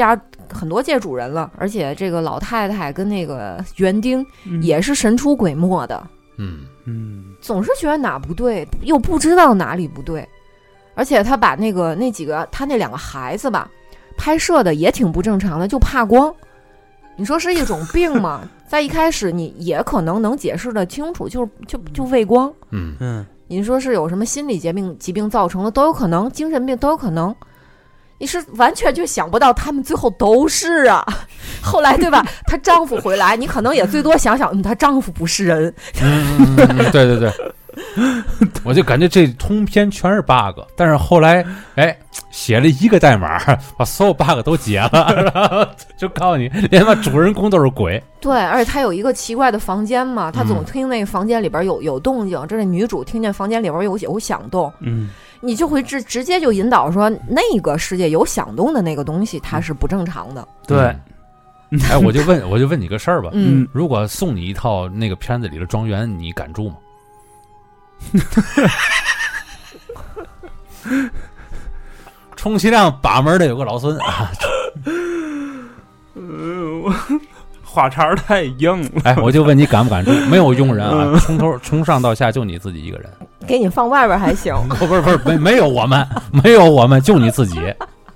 很多届主人了，而且这个老太太跟那个园丁也是神出鬼没的， 嗯嗯， 总是觉得哪不对，又不知道哪里不对，而且他把那个那几个他那两个孩子吧，拍摄的也挺不正常的，就怕光。你说是一种病吗？在一开始你也可能能解释得清楚，就是就就畏光。 嗯嗯， 你说是有什么心理疾病疾病造成的都有可能，精神病都有可能。你是完全就想不到他们最后都是啊，后来对吧？她丈夫回来，你可能也最多想想，嗯，她丈夫不是人。 嗯嗯嗯，对对对，我就感觉这通篇全是 bug， 但是后来哎写了一个代码，把所有 bug 都解了，然后就告诉你，连他妈主人公都是鬼。 对，而且他有一个奇怪的房间嘛，他总听那个房间里边有有动静，这是女主听见房间里边有有响动， 嗯， 你就会直直接就引导说那个世界有响动的那个东西它是不正常的。 对。 哎，我就问，我就问你个事儿吧， 嗯， 如果送你一套那个片子里的庄园，你敢住吗？充其量把门的有个老孙啊， 呃，话茬太硬了。 哎，我就问你敢不敢住？没有佣人啊，从头从上到下就你自己一个人。 给你放外边还行。 不不是不是没没有我们，没有我们，就你自己。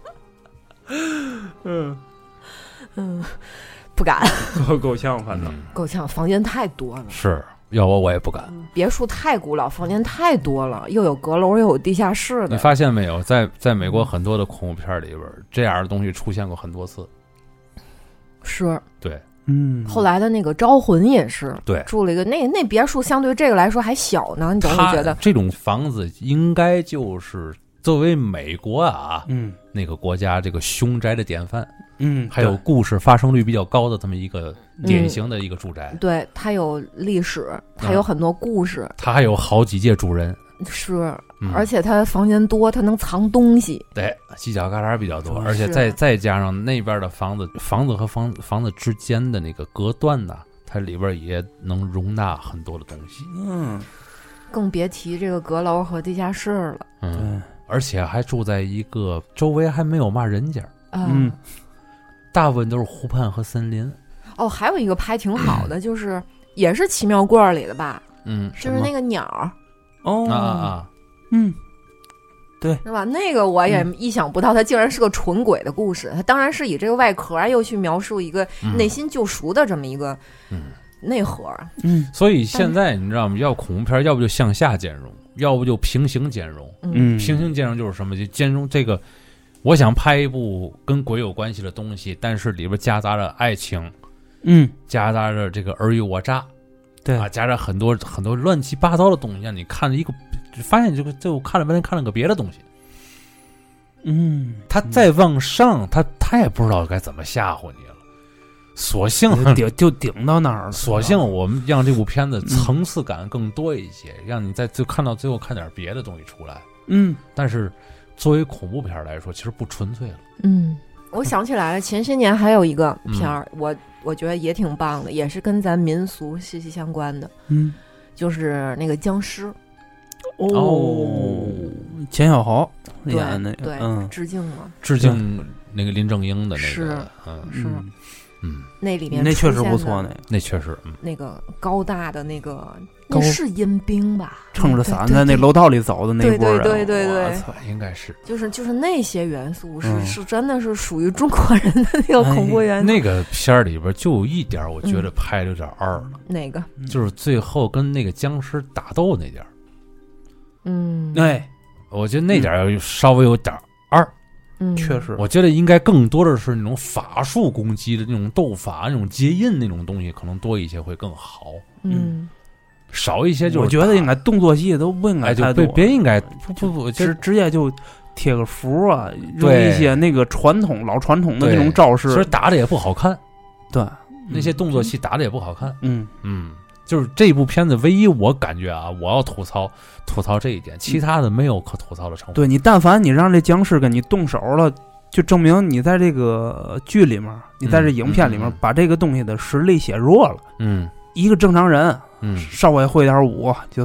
嗯嗯，不敢， 够够呛，反正够呛，房间太多了。 是。要我我也不敢。 别墅太古老，房间太多了，又有阁楼又有地下室的。 你发现没有，在在美国很多的恐怖片里边，这样的东西出现过很多次。 是， 对， 嗯。 后来的那个招魂也是， 对， 住了一个那那别墅，相对这个来说还小呢，你总会觉得这种房子应该就是作为美国啊， 嗯， 那个国家这个凶宅的典范。 嗯， 还有故事发生率比较高的这么一个典型的一个住宅， 嗯、对，它有历史，它有很多故事， 它还有好几届主人， 是， 嗯、 而且它房间多，它能藏东西， 对，犄角旮旯比较多，而且再再加上那边的房子，房子和房房子之间的那个隔断呐，它里边也能容纳很多的东西， 嗯， 更别提这个阁楼和地下室了， 嗯，而且还住在一个周围还没有嘛人家， 嗯。 大部分都是湖畔和森林。 哦，还有一个拍挺好的，就是也是奇妙罐里的吧？ 嗯， 就是那个鸟。 哦啊啊， 嗯，对， 是吧？那个我也意想不到，它竟然是个纯鬼的故事。它当然是以这个外壳又去描述一个内心救赎的这么一个内核。 嗯， 所以现在你知道吗？要恐怖片，要不就向下兼容，要不就平行兼容。 嗯， 平行兼容就是什么？就兼容这个。我想拍一部跟鬼有关系的东西，但是里边夹杂着爱情， 嗯， 夹杂着这个尔虞我诈， 对啊，夹杂很多很多乱七八糟的东西，让你看了一个，发现这个就看了半天看了个别的东西， 嗯， 他再往上，他他也不知道该怎么吓唬你了，索性顶就顶到那儿了， 索性我们让这部片子层次感更多一些，嗯、让你在就看到最后看点别的东西出来， 嗯， 但是。作为恐怖片来说，其实不纯粹了。 嗯，我想起来了，前些年还有一个片儿，嗯、我我觉得也挺棒的，也是跟咱民俗息息相关的。 嗯， 就是那个僵尸。 哦，钱小豪演的那个， 对， 嗯， 致敬嘛， 致敬那个林正英的那个， 是， 嗯， 是， 嗯， 那里面那确实不错，那那确实，嗯， 那个高大的那个。那是阴兵吧？ 撑着伞在那楼道里走的那波人， 对对对对对， 应该是， 就是就是那些元素是、 嗯、 是真的是属于中国人的那个恐怖元素。 哎、那个片儿里边就有一点，我觉得拍的有点二了。 嗯、哪个？ 就是最后跟那个僵尸打斗那点。 嗯， 哎， 我觉得那点稍微有点二。 嗯， 确实， 我觉得应该更多的是那种法术攻击的那种斗法、那种接印那种东西，可能多一些会更好。 嗯。 少一些就是， 我觉得应该动作戏都不应该太多， 哎、就别应该不不不， 直直接就贴个符啊，用一些那个传统老传统的那种招式， 其实打的也不好看， 对， 那些动作戏打的也不好看， 嗯嗯，就是这部片子唯一我感觉啊，我要吐槽吐槽这一点，其他的没有可吐槽的成分。 对你，但凡你让这僵尸跟你动手了，就证明你在这个剧里面，你在这影片里面把这个东西的实力写弱了， 嗯。 一个正常人， 嗯， 稍微会点武就算，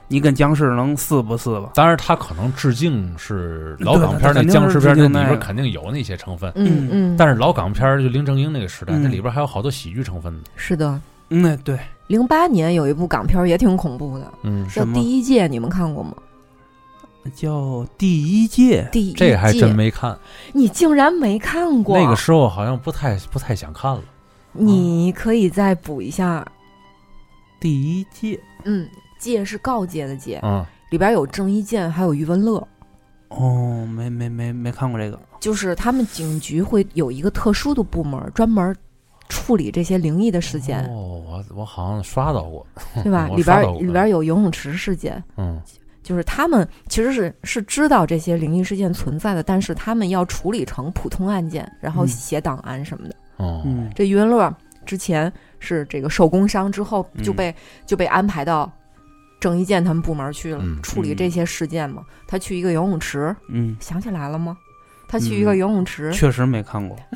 你跟僵尸能撕不撕吧？ 当然，他可能致敬是老港片那僵尸片，那里边肯定有那些成分。 嗯嗯。 但是老港片就林正英那个时代， 嗯、 那里边还有好多喜剧成分呢。 是的。 嗯，对。 零八年有一部港片也挺恐怖的， 嗯， 叫《第一届》，你们看过吗？ 叫第一届， 第一届， 这还真没看。 你竟然没看过？ 那个时候好像不太不太想看了。 你可以再补一下。 第一届， 嗯，届是告诫的诫， 嗯， 里边有郑伊健，还有余文乐。 哦，没没没没看过这个。 就是他们警局会有一个特殊的部门，专门处理这些灵异的事件。 哦，我我好像刷到过， 对吧？里边里边有游泳池事件， 嗯。 就是他们其实是是知道这些灵异事件存在的，但是他们要处理成普通案件，然后写档案什么的。 哦、 嗯， 这余文乐之前是这个受工伤之后就被、嗯、就被安排到郑伊健他们部门去了， 嗯、 处理这些事件嘛。他去一个游泳池， 嗯， 想起来了吗？他去一个游泳池， 嗯、确实没看过，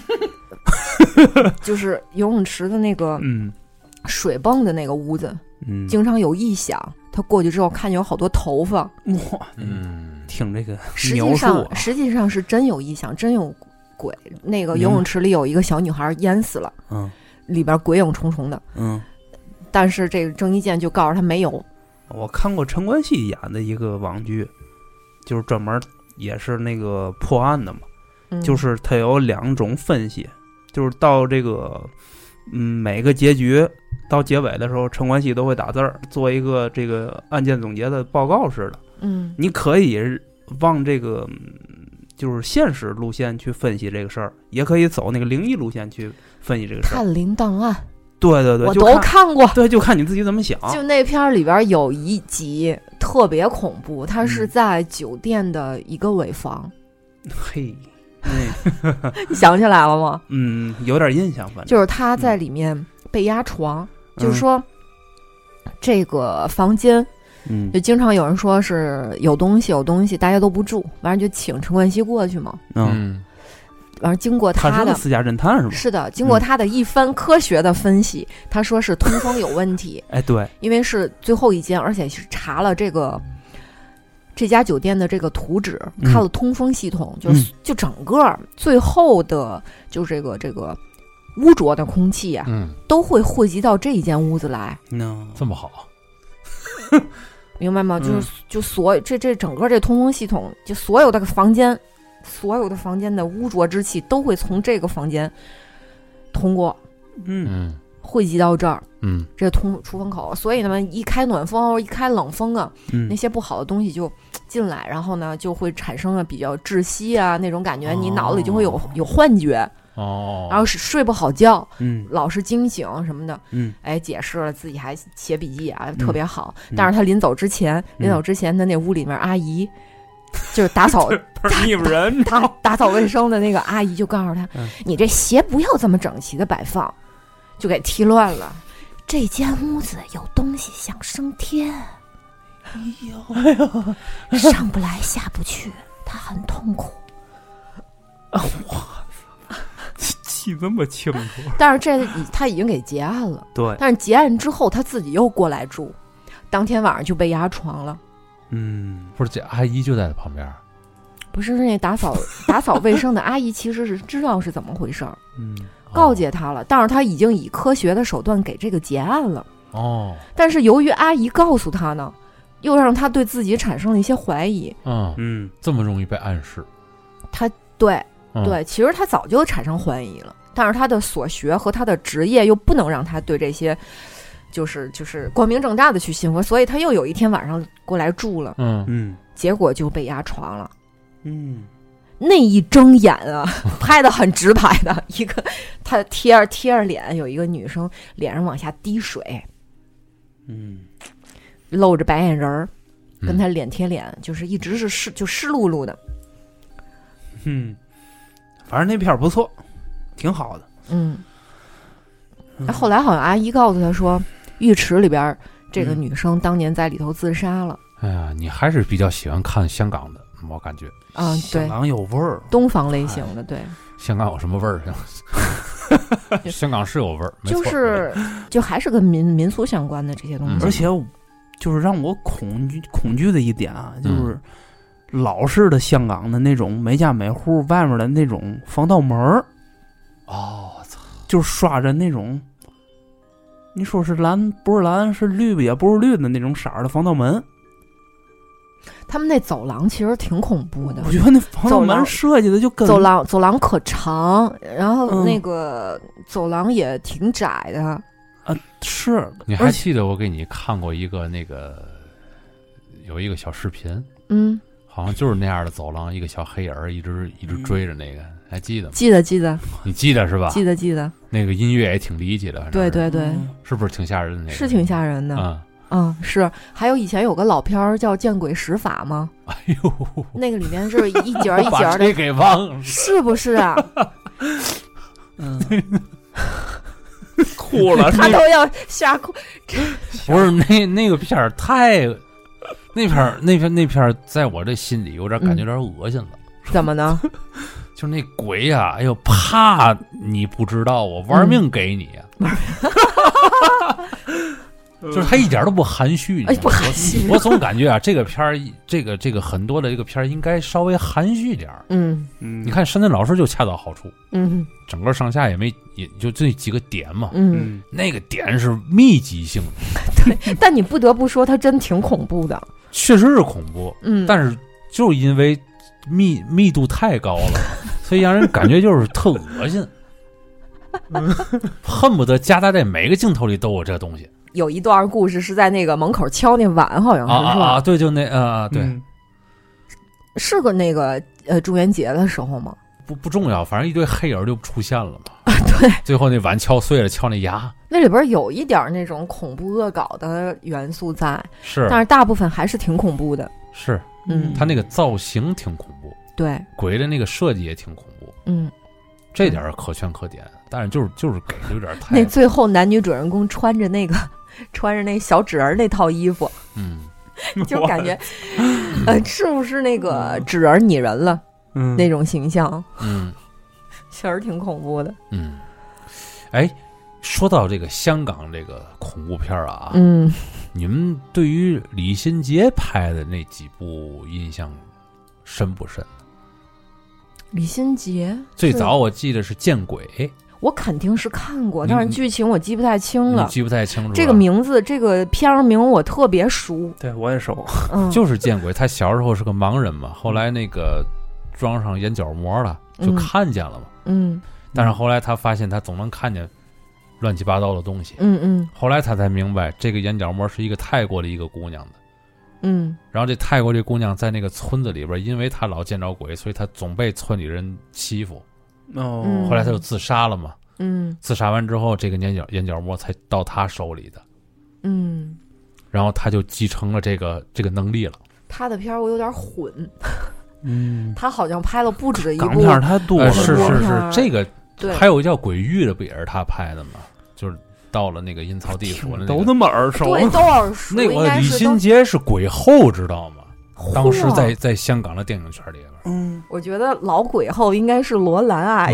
就是游泳池的那个嗯水泵的那个屋子， 嗯， 经常有异响。他过去之后看见有好多头发， 哇， 嗯， 听这个实际上、啊、实际上是真有异响，真有鬼。那个游泳池里有一个小女孩淹死了， 嗯， 里边鬼影重重的， 嗯， 但是这个郑伊健就告诉他没有。 我看过陈冠希演的一个网剧，就是专门也是那个破案的嘛， 嗯、 就是他有两种分析，就是到这个嗯每个结局。到结尾的时候，陈冠希都会打字儿，做一个这个案件总结的报告似的。 嗯， 你可以往这个就是现实路线去分析这个事儿，也可以走那个灵异路线去分析这个事儿。 探灵档案， 对对对， 我都看过。 对，就看你自己怎么想。 就那片里边有一集特别恐怖，它是在酒店的一个尾房。 嗯、嘿。 嗯，你想起来了吗？ 嗯，有点印象，反正就是他在里面被压床，嗯、就是说这个房间， 嗯， 就经常有人说是有东西，有东西，大家都不住，完了就请陈冠希过去嘛， 嗯， 完了经过他的他是个私家侦探是吗？ 是的，经过他的一番科学的分析，嗯、他说是通风有问题， 哎，对， 因为是最后一间，而且是查了这个。这家酒店的这个图纸，看了通风系统， 嗯、 就是就整个最后的，就这个这个污浊的空气啊， 嗯， 都会汇集到这一间屋子来。 No. 这么好， 明白吗？ 嗯、 就是就所有这这整个这通风系统，就所有的房间，所有的房间的污浊之气都会从这个房间通过， 嗯， 汇集到这儿。 嗯， 这通出风口，所以呢，一开暖风或一开冷风啊， 嗯、 那些不好的东西就进来，然后呢，就会产生了比较窒息啊那种感觉， 哦、 你脑子里就会有有幻觉， 哦， 然后是睡不好觉， 嗯， 老是惊醒什么的， 嗯， 哎，解释了自己还写笔记啊，特别好。 嗯、 但是他临走之前，临走之前，他那屋里面阿姨就是打扫腻不人， 打打扫卫生的那个阿姨就告诉他， 嗯、 你这鞋不要这么整齐的摆放，就给踢乱了。这间屋子有东西想升天， 哎呦哎呦， 上不来下不去，他很痛苦。 啊，哇，记这么清楚。 但是这他已经给结案了， 对。 但是结案之后他自己又过来住，当天晚上就被压床了。 嗯， 不是，这阿姨就在他旁边。 不是那打扫打扫卫生的阿姨，其实是知道是怎么回事儿。 嗯。 告诫他了，但是他已经以科学的手段给这个结案了。 哦， 但是由于阿姨告诉他呢，又让他对自己产生了一些怀疑。 嗯嗯， 这么容易被暗示？ 他对、 嗯、 对，其实他早就产生怀疑了，但是他的所学和他的职业又不能让他对这些，就是就是光明正大的去信服，所以他又有一天晚上过来住了。 嗯嗯， 结果就被压床了。 嗯。 那一睁眼啊，拍的很直拍的一个，他贴着贴着脸，有一个女生脸上往下滴水， 嗯， 露着白眼仁儿，跟他脸贴脸，嗯、就是一直是湿就湿漉漉的。 嗯，反正那片不错，挺好的。 嗯，嗯后来好像阿姨告诉他说，浴池里边这个女生当年在里头自杀了。 哎呀，你还是比较喜欢看香港的，我感觉。 啊、嗯，对， 香港有味儿， 东方类型的，对。 香港有什么味儿？香港是有味儿， 就是就还是跟民民俗相关的这些东西。 而且就是让我恐惧恐惧的一点啊，就是老式的香港的那种每家每户外面的那种防盗门儿。 哦，我操！ 就是刷着那种，你说是蓝不是蓝是绿也不是绿的那种色儿的防盗门。 他们那走廊其实挺恐怖的， 我觉得那防盗门设计的就跟走廊走廊可长，然后那个走廊也挺窄的。嗯啊，是。 你还记得我给你看过一个那个有一个小视频， 嗯， 好像就是那样的走廊，一个小黑人一直一直追着那个，嗯、还记得吗？ 记得记得， 你记得是吧？ 记得记得。 那个音乐也挺离奇的， 对对对， 是不是挺吓人的？那个是挺吓人的， 嗯嗯，是。还有以前有个老片儿叫《见鬼使法》吗？ 哎呦， 那个里面是一节一节的， 这给忘了， 是不是啊？ 嗯。哭了， 他都要吓哭。 不是那那个片儿太，那片儿那片那片儿在我这心里有点感觉有点恶心了。 嗯、怎么呢？ 就那鬼呀、啊，哎呦，怕你不知道，我玩命给你呀、啊。嗯就是他一点都不含蓄， 哎，不含蓄。 我总感觉啊，这个片儿，这个这个很多的这个片儿应该稍微含蓄点儿。 嗯嗯，你看山田老师就恰到好处。 嗯， 整个上下也没，也就这几个点嘛。 嗯， 那个点是密集性的。对，但你不得不说，它真挺恐怖的。 确实是恐怖。 嗯， 但是就因为密密度太高了，所以让人感觉就是特恶心，恨不得夹杂在每个镜头里都有这东西。 有一段故事是在那个门口敲那碗，好像是、 啊、 是吧？ 啊，对，就那啊、呃，对， 嗯、是个那个呃中元节的时候吗？ 不不重要，反正一堆黑影就出现了嘛。 啊，对， 最后那碗敲碎了，敲那牙。 那里边有一点那种恐怖恶搞的元素在， 是， 但是大部分还是挺恐怖的。 是， 嗯， 他那个造型挺恐怖， 对， 鬼的那个设计也挺恐怖， 嗯， 这点可圈可点。但是就是就是给的有点太…… 那最后男女主人公穿着那个。穿着那小纸人那套衣服， 嗯， 就感觉，呃，是不是那个纸人拟人了？ 嗯， 那种形象， 嗯， 确实挺恐怖的。 嗯，哎，说到这个香港这个恐怖片啊， 嗯， 你们对于李心洁拍的那几部印象深不深？ 李心洁最早我记得是《见鬼》。 我肯定是看过，但是剧情我记不太清了， 记不太清楚。 这个名字，这个片名我特别熟， 对我也熟。 嗯， 就是见鬼。他小时候是个盲人嘛，后来那个装上眼角膜了，就看见了嘛。 嗯， 但是后来他发现他总能看见乱七八糟的东西。 嗯嗯。 后来他才明白，这个眼角膜是一个泰国的一个姑娘的。 嗯。 然后这泰国这姑娘在那个村子里边，因为她老见着鬼，所以她总被村里人欺负。 哦， 后来他就自杀了嘛。 嗯， 自杀完之后，这个眼角眼角膜才到他手里的。 嗯， 然后他就继承了这个这个能力了。 他的片儿我有点混。 嗯， 他好像拍了不止一部。 港片太多了， 呃、是是是，这个对， 还有叫《鬼域》的，不也是他拍的吗？就是到了那个阴曹地府、那个， 都那么耳熟， 对，都耳熟。 那我李心洁是鬼后，知道吗？当时在在香港的电影圈里边， 嗯，我觉得老鬼后应该是罗兰阿姨。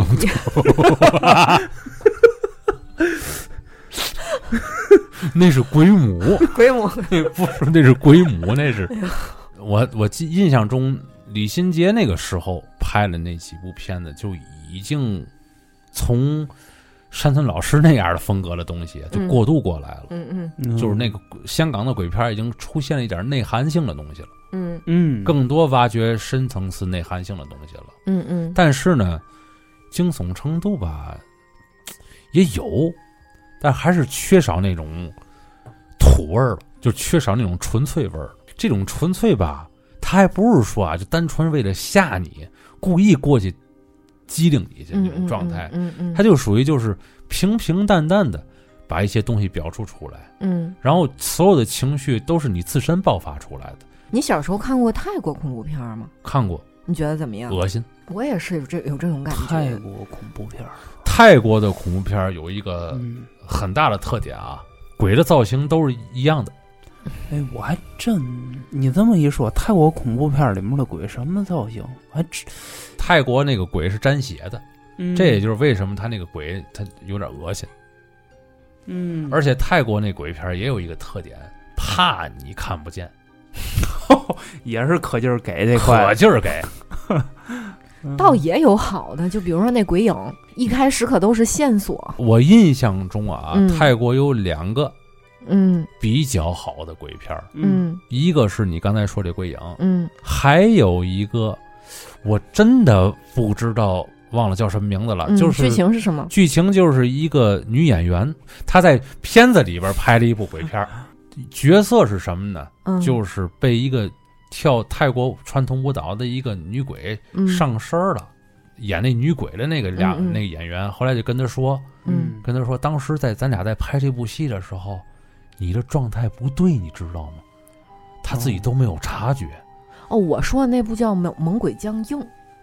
那是鬼母， 鬼母不是，那是鬼母，那是我我记印象中李心洁那个时候拍的那几部片子就已经从山村老师那样的风格的东西就过渡过来了， 嗯嗯， 就是那个香港的鬼片已经出现了一点内涵性的东西了， 嗯嗯， 更多挖掘深层次内涵性的东西了， 嗯嗯， 但是呢，惊悚程度吧也有，但还是缺少那种土味儿了，就缺少那种纯粹味儿。这种纯粹吧，他还不是说啊，就单纯为了吓你，故意过去机灵你这种状态， 嗯嗯， 他就属于就是平平淡淡的把一些东西表述出来， 嗯， 然后所有的情绪都是你自身爆发出来的。 你小时候看过泰国恐怖片吗？ 看过。 你觉得怎么样？ 恶心。 我也是有这有这种感觉。 泰国恐怖片， 泰国的恐怖片有一个很大的特点啊，鬼的造型都是一样的。 哎，我还真，你这么一说，泰国恐怖片里面的鬼什么造型？还真， 泰国那个鬼是沾血的， 嗯、 这也就是为什么他那个鬼他有点恶心。 嗯， 而且泰国那鬼片也有一个特点， 怕你看不见， 也是可劲儿给这块， 可劲儿给。 倒也有好的，就比如说那鬼影，一开始可都是线索。 我印象中啊， 嗯、 泰国有两个嗯比较好的鬼片， 嗯， 一个是你刚才说这鬼影， 嗯， 还有一个我真的不知道，忘了叫什么名字了， 嗯、 就是剧情是什么？ 剧情就是一个女演员，她在片子里边拍了一部鬼片，角色是什么呢？ 嗯、 就是被一个跳泰国传统舞蹈的一个女鬼上身了，嗯、演那女鬼的那个俩、 嗯嗯、 那个演员，后来就跟她说， 嗯， 跟她说，当时在咱俩在拍这部戏的时候，你的状态不对，你知道吗？她自己都没有察觉。 哦，我说的那部叫《猛猛鬼僵硬》。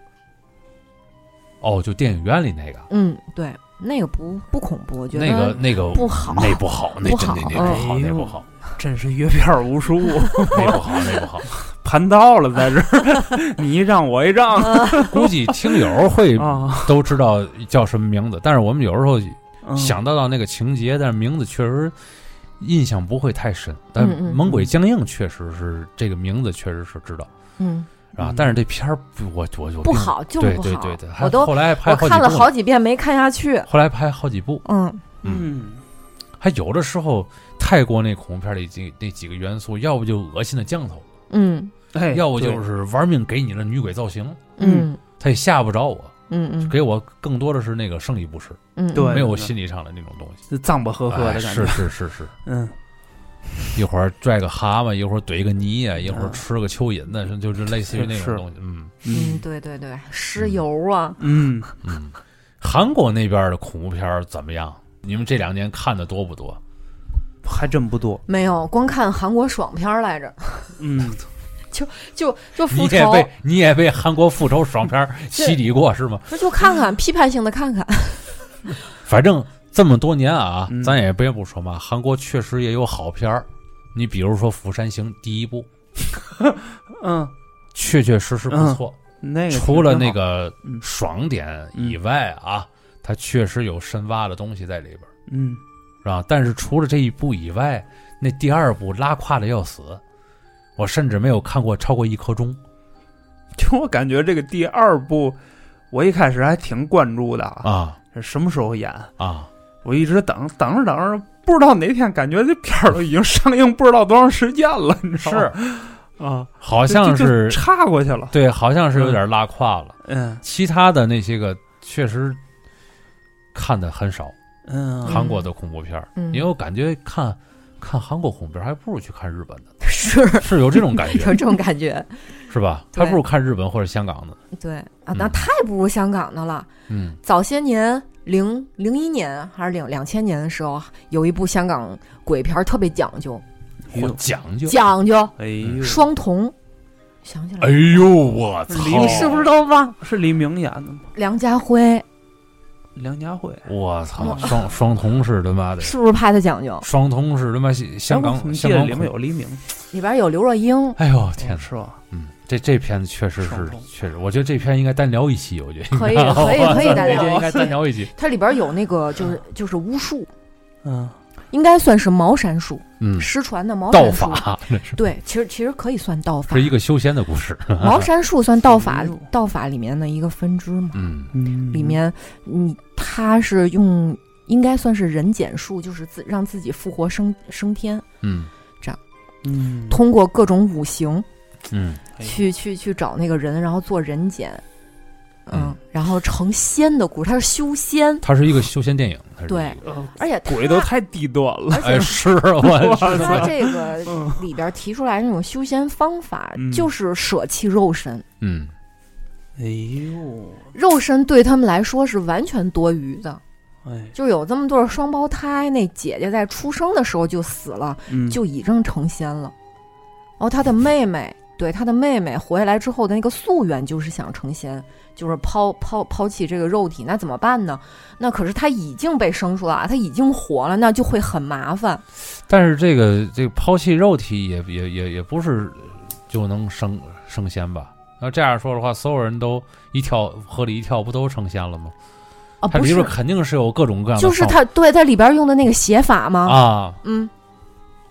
哦，就电影院里那个。 嗯，对，那个不不恐怖，我觉得那个那个不好， 那不好，那真的那不好，那不好， 真是阅片无数， 那不好，那不好， 盘道了在这儿，你一张我一张， 估计听友会都知道叫什么名字，但是我们有时候想到到那个情节，但是名字确实印象不会太深。但《猛鬼僵硬》确实是这个名字，确实是知道，嗯。啊！但是这片儿我我我不好，就是不好。 对对对对， 我都后来拍好我看了好几遍没看下去。 后来拍好几部， 嗯嗯，还有的时候泰国那恐怖片里几那几个元素，要不就恶心的降头， 嗯， 哎， 要不就是玩命给你的女鬼造型， 嗯， 他也吓不着我， 嗯嗯， 给我更多的是那个生理不适， 嗯， 对，没有心理上的那种东西， 脏不呵呵的感觉， 是是是是， 嗯。 一会儿拽个蛤蟆，一会儿怼个泥呀，一会儿吃个蚯蚓的，就是类似于那种东西。嗯嗯，对对对，尸油啊。 嗯嗯，韩国那边的恐怖片怎么样？你们这两年看的多不多？ 还真不多， 没有，光看韩国爽片来着。 嗯， 就就就复仇， 你也被你也被韩国复仇爽片洗礼过是吗？ 那就看看，批判性的看看。 反正。这么多年啊， 嗯、 咱也别不说嘛，韩国确实也有好片儿。你比如说《釜山行》第一部， 嗯， 确确实实不错。 嗯、那个除了那个爽点以外啊， 嗯、 它确实有深挖的东西在里边， 嗯， 是吧？但是除了这一部以外，那第二部拉胯的要死，我甚至没有看过超过一刻钟。 就我感觉这个第二部，我一开始还挺关注的啊， 这什么时候演啊？ 我一直等等着等着，不知道哪天感觉这片儿都已经上映不知道多长时间了，你知道吗？ 是啊， 好像是插过去了， 对，好像是有点拉胯了。 嗯， 其他的那些个确实看的很少。 嗯， 韩国的恐怖片， 嗯、 因为我感觉看看韩国恐怖片还不如去看日本的， 是是有这种感觉， 有这种感觉， 是吧？还不如看日本或者香港的。 对啊，那太不如香港的了。 嗯， 早些年。零零一年还是两两千年的时候，有一部香港鬼片特别讲究， 我讲究讲究， 哎呦， 双瞳，想起来， 哎呦，我操， 你是不是都忘？ 是黎明演的吗？ 梁家辉， 梁家辉， 我操，双双瞳是他妈的， 是不是拍的讲究？ 双瞳是他妈香港，香港里面有黎明， 里边有刘若英， 哎呦天， 是吧？ 嗯。这这片子确实是，确实，我觉得这片应该单聊一期，我觉得可以，可以，可以单聊， 应该单聊一期。 它里边有那个，就是就是巫术， 嗯， 应该算是茅山术， 嗯， 失传的茅山术， 道法， 对，其实其实可以算道法， 是一个修仙的故事。 茅山术算道法，道法里面的一个分支嘛， 嗯嗯， 里面你它是用，应该算是人减术，就是自让自己复活升升天， 嗯， 这样， 嗯， 通过各种五行。 嗯， 去去去找那个人，然后做人检，嗯，嗯然后成仙的故事，他是修仙， 他是一个修仙电影， 对，而且鬼都太低端了， 哎，是我他这个里边提出来那种修仙方法， 嗯、 就是舍弃肉身， 嗯， 哎呦， 肉身对他们来说是完全多余的。 哎， 就有这么对双胞胎，那姐姐在出生的时候就死了， 嗯、 就已经成仙了，然后她的妹妹。对他的妹妹活下来之后的那个夙愿就是想成仙，就是抛抛抛弃这个肉体，那怎么办呢？那可是他已经被生出来，他已经活了，那就会很麻烦。 但是这个这个抛弃肉体也也也也不是就能升升仙吧？那这样说的话，所有人都一跳河里一跳，不都成仙了吗？ 啊， 它里边肯定是有各种各样的， 就是他对他里边用的那个写法吗？ 啊， 嗯。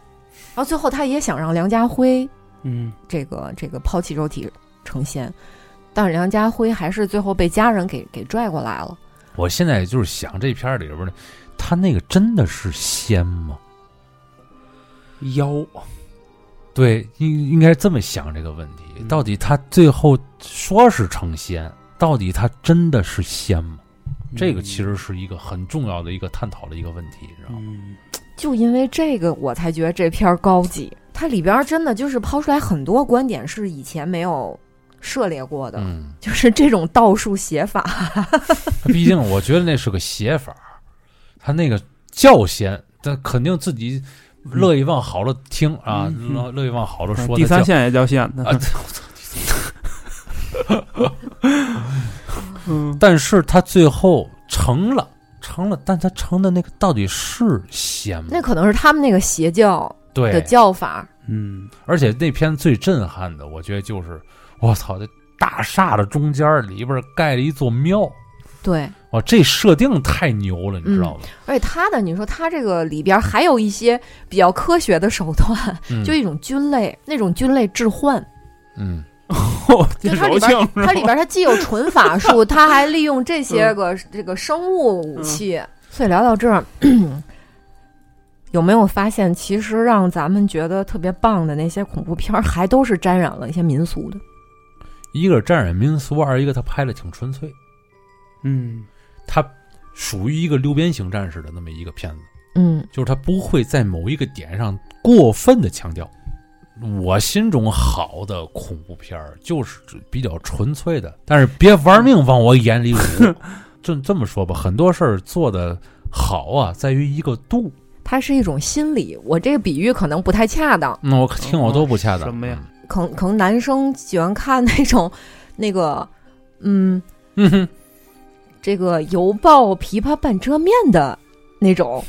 然后最后他也想让梁家辉， 嗯， 这个这个抛弃肉体成仙，但是梁家辉还是最后被家人给给拽过来了。 我现在就是想这片里边呢，他那个真的是仙吗？ 妖， 对，应应该这么想这个问题。 嗯、 到底他最后说是成仙，到底他真的是仙吗？嗯、这个其实是一个很重要的一个探讨的一个问题，你知道吗？ 嗯， 就因为这个，我才觉得这片高级。它里边真的就是抛出来很多观点是以前没有涉猎过的， 嗯， 就是这种道术写法。 毕竟我觉得那是个写法，他那个叫仙，他肯定自己乐意往好了听、嗯、啊， 嗯、 乐乐意往好了说。 第三线也叫仙的啊！嗯，但是他最后成了，成了，但他成的那个到底是仙吗？ 那可能是他们那个邪教的叫法。 嗯， 而且那篇最震撼的，我觉得就是我操，这大厦的中间里边盖了一座庙。 对， 哇，这设定太牛了，你知道吗？ 嗯、而且他的，你说他这个里边还有一些比较科学的手段，嗯、就一种菌类，那种菌类致幻。 嗯， 就它里边，它里边它既有纯法术，它还利用这些个、嗯、这个生物武器。嗯、所以聊到这儿。有没有发现，其实让咱们觉得特别棒的那些恐怖片，还都是沾染了一些民俗的。 一个是沾染民俗，二一个他拍的挺纯粹。 嗯， 他属于一个六边形战士的那么一个片子。 嗯， 就是他不会在某一个点上过分的强调。我心中好的恐怖片就是比较纯粹的，但是别玩命往我眼里捂。这这么说吧，很多事儿做的好啊，在于一个度。 它是一种心理，我这个比喻可能不太恰当。 那、嗯、我听我都不恰当。 什么呀？ 可可能男生喜欢看那种，那个，嗯嗯哼， 这个油爆琵琶半遮面的那种。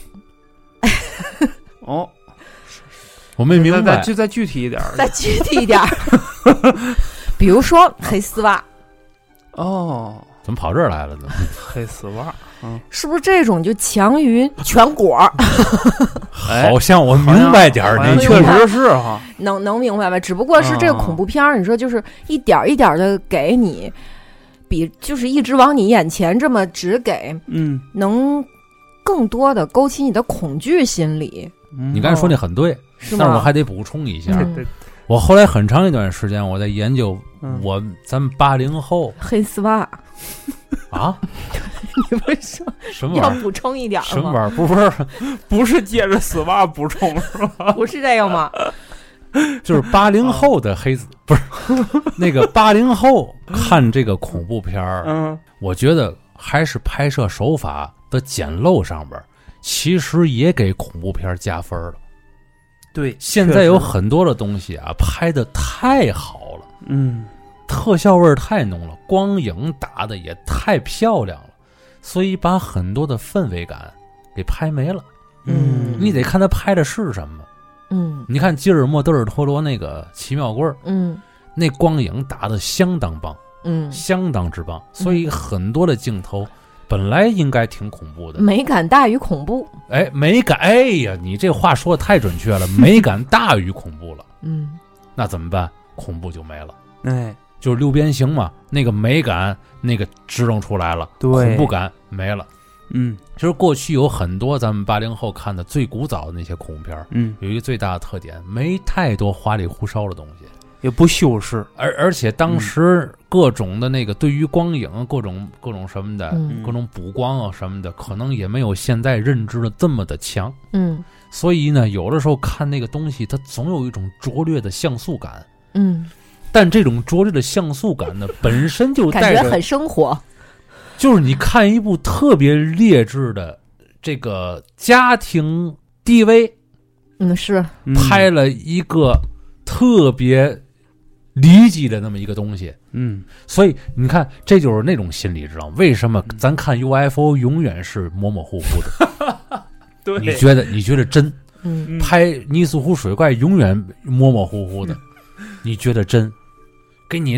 哦， 我没明白， 就再具体一点， 再具体一点。比如说黑丝袜。 哦， 怎么跑这儿来了呢？ 黑丝袜。嗯， 是不是这种就强于全果？ 好像我明白点儿，那确实是哈， 能能明白吧？只不过是这个恐怖片儿，你说就是一点一点的给你，比就是一直往你眼前这么只给， 嗯， 能更多的勾起你的恐惧心理。 你刚才说那很对， 是吗？ 但是我还得补充一下， 嗯、 我后来很长一段时间我在研究我、嗯、咱们八零后黑丝袜啊。 你不是说什么要补充一点吗？ 什么玩意儿？不是不是接着丝袜补充是吧？ 不是这个吗？ 就是八零后的黑子，不是那个八零后看这个恐怖片儿， 嗯， 我觉得还是拍摄手法的简陋上边，其实也给恐怖片加分了。 对， 现在有很多的东西啊，拍的太好了， 嗯。 特效味太浓了，光影打的也太漂亮了，所以把很多的氛围感给拍没了。 嗯， 你得看他拍的是什么。 嗯， 你看吉尔莫·德尔托罗那个奇妙棍儿， 嗯， 那光影打的相当棒， 嗯， 相当之棒，所以很多的镜头本来应该挺恐怖的， 美感大于恐怖。 哎，美感，哎呀，你这话说的太准确了，美感大于恐怖了。 嗯， 那怎么办？恐怖就没了。 哎。 就是六边形嘛，那个美感那个支棱出来了， 对， 恐怖感没了。 嗯， 其实过去有很多咱们八零后看的最古早的那些恐怖片， 嗯， 有一个最大的特点，没太多花里胡哨的东西， 也不修饰， 而而且当时各种的那个对于光影、各种各种什么的、 嗯、 各种补光啊什么的，可能也没有现在认知的这么的强。 嗯， 所以呢，有的时候看那个东西，它总有一种拙劣的像素感。 嗯。 但这种拙劣的像素感呢，本身就带着感觉很生活， 就是你看一部特别劣质的这个家庭 D V， 嗯，是拍了一个特别离奇的那么一个东西， 嗯， 所以你看，这就是那种心理，知道吗？为什么咱看 U F O 永远是模模糊糊的？ 对， 你觉得你觉得真？ 嗯， 拍尼斯湖水怪永远模模糊糊的，你觉得真？给你拍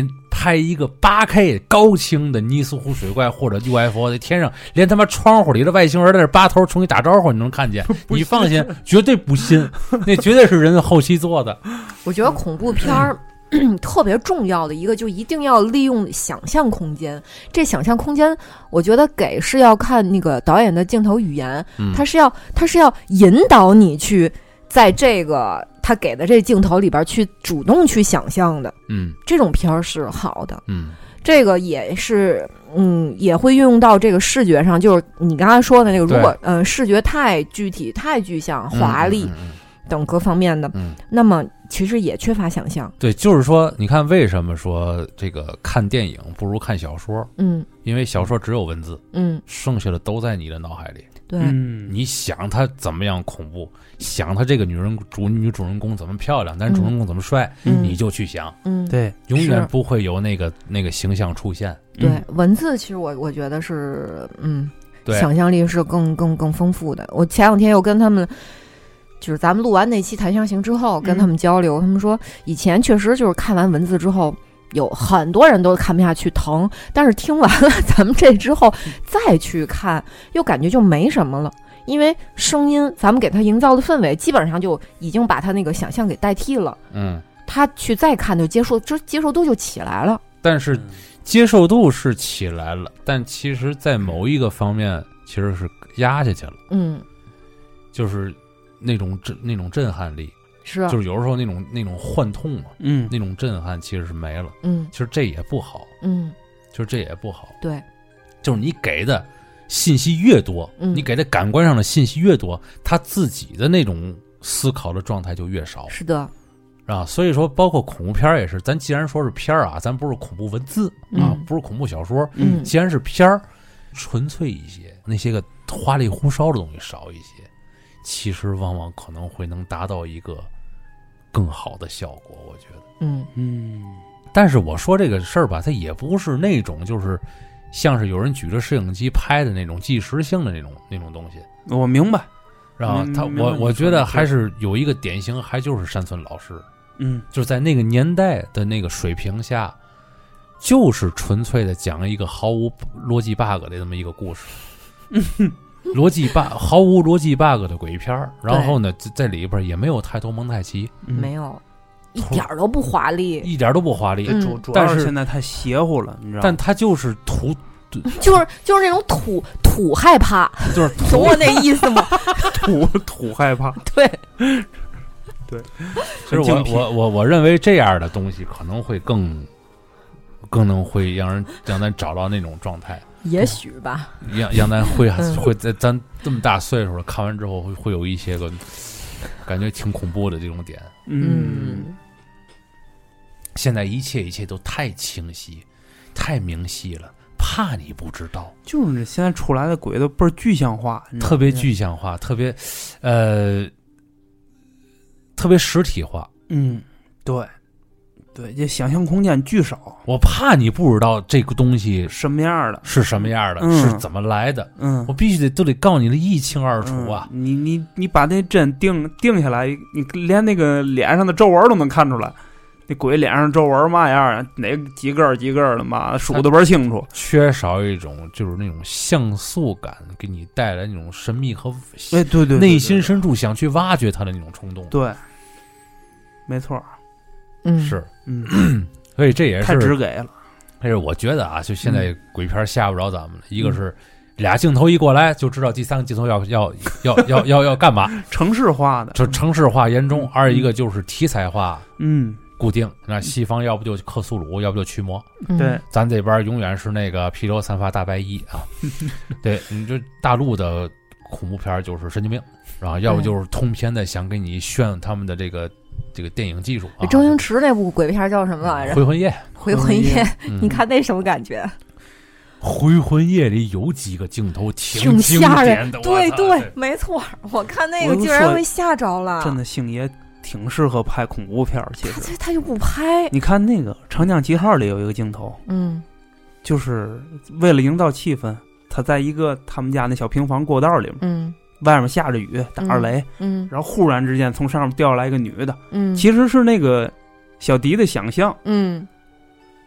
拍一个 八 K 高清的尼斯湖水怪或者 U F O 在天上，连他妈窗户里的外星人在那扒头冲你打招呼，你能看见？你放心，绝对不信，那绝对是人后期做的。 我觉得恐怖片儿。特别重要的一个，就一定要利用想象空间。这想象空间，我觉得给是要看那个导演的镜头语言， 嗯、 他是要他是要引导你去在这个他给的这镜头里边去主动去想象的。 嗯， 这种片儿是好的。 嗯， 这个也是，嗯，也会运用到这个视觉上，就是你刚才说的那个，如果嗯、呃、视觉太具体、太具象、华丽。嗯嗯嗯等各方面的， 嗯， 那么其实也缺乏想象。 对，就是说，你看为什么说这个看电影不如看小说？ 嗯， 因为小说只有文字， 嗯， 剩下的都在你的脑海里。 对， 嗯， 你想他怎么样恐怖，想他这个女人主女主人公怎么漂亮，男主人公怎么帅， 嗯、 你就去想。 嗯， 对， 永远不会有那个那个形象出现。 对，嗯、文字其实我我觉得是，嗯， 对， 想象力是更更更丰富的。我前两天又跟他们。就是咱们录完那期《檀香刑》之后，跟他们交流，嗯、他们说以前确实就是看完文字之后，有很多人都看不下去，疼。但是听完了咱们这之后再去看，又感觉就没什么了，因为声音咱们给他营造的氛围，基本上就已经把他那个想象给代替了。 嗯， 他去再看就接受，就接受度就起来了。 但是接受度是起来了，但其实在某一个方面其实是压下去了。 嗯， 就是。那种震那种震撼力是、啊， 就是有时候那种那种幻痛嘛， 嗯， 那种震撼其实是没了， 嗯， 其实这也不好， 嗯， 就是这也不好， 对， 就是你给的信息越多， 嗯， 你给的感官上的信息越多，他自己的那种思考的状态就越少， 是的， 啊，所以说包括恐怖片也是，咱既然说是片儿啊，咱不是恐怖文字啊， 嗯、 不是恐怖小说， 嗯， 既然是片儿，纯粹一些，那些个花里胡哨的东西少一些。其实往往可能会能达到一个更好的效果，我觉得。 嗯嗯。 但是我说这个事儿吧，它也不是那种就是像是有人举着摄影机拍的那种纪实性的那种那种东西。 我明白， 然后他我我觉得还是有一个典型，还就是山村老师。 嗯， 就是在那个年代的那个水平下，就是纯粹的讲一个毫无逻辑 bug 的这么一个故事。嗯。逻辑 bug 毫无逻辑 bug 的鬼片，然后呢，在里边也没有太多蒙太奇， 没有，一点都不华丽， 一点都不华丽。 嗯、 主主要是现在太邪乎了，你知道吗？ 但它就是土， 就是就是那种土土害怕， 就是懂我那意思吗？ 土土害怕， 对对。 其实我我我我认为这样的东西可能会更更能会让人让咱找到那种状态。 也许吧， 让让咱会会在咱这么大岁数了，看完之后会会有一些个感觉挺恐怖的这种点。 嗯， 现在一切一切都太清晰、太明晰了，怕你不知道。 就是现在出来的鬼都倍儿具象化， 特别具象化，特别呃，特别实体化。 嗯，对。对，这想象空间巨少。 我怕你不知道这个东西什么样的， 是什么样的， 嗯、 是怎么来的。 嗯， 我必须得都得告诉你的一清二楚啊！ 嗯、你你你把那针定定下来，你连那个脸上的皱纹都能看出来。那鬼脸上皱纹嘛样，哪几根几根的嘛，数得倍清楚。 缺少一种就是那种像素感，给你带来那种神秘和哎，对对， 内心深处想去挖掘它的那种冲动。 对，没错。 嗯， 是， 嗯， 所以这也是太直给了。 但是我觉得啊，就现在鬼片吓不着咱们了。嗯、一个是俩镜头一过来就知道第三个镜头要要要要要要干嘛， 城市化的， 就城市化严重；二、嗯、一个就是题材化， 嗯， 固定。那西方要不就克苏鲁，要不就驱魔， 对， 咱这边永远是那个披头散发大白衣啊。对，你就大陆的恐怖片就是神经病，然后要不就是通篇的想给你炫他们的这个。这个电影技术、啊， 周星驰那部鬼片叫什么来着？ 回魂夜。 回魂夜， 嗯、 你看那什么感觉？ 回魂夜里有几个镜头挺吓人的，对对，没错。我看那个竟然被吓着了。 真的，星爷挺适合拍恐怖片，其实他他就不拍。 你看那个《长江七号》里有一个镜头， 嗯， 就是为了营造气氛，他在一个他们家那小平房过道里面，嗯。外面下着雨，打着雷， 嗯， 然后忽然之间从上面掉下来一个女的， 嗯， 其实是那个小迪的想象， 嗯，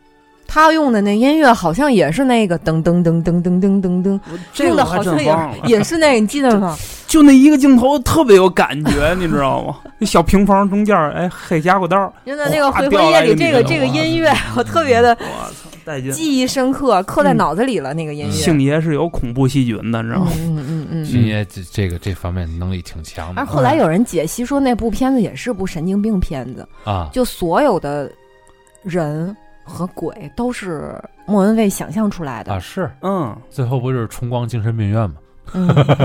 他用的那音乐好像也是那个噔噔噔噔噔噔噔噔，用的好像也也是那个，你记得吗？ 就那一个镜头特别有感觉，你知道吗？那小平房中间，哎，黑夹骨道， 真的那个回魂夜里这个这个音乐，我特别的， 我操，带劲， 记忆深刻，刻在脑子里了。那个音乐， 星爷是有恐怖细菌的，你知道吗？ 嗯嗯嗯， 星爷这这个这方面能力挺强的。 而后来有人解析说，那部片子也是部神经病片子啊， 就所有的人和鬼都是莫文蔚想象出来的啊，是， 嗯， 最后不就是冲光精神病院吗？ 嗯，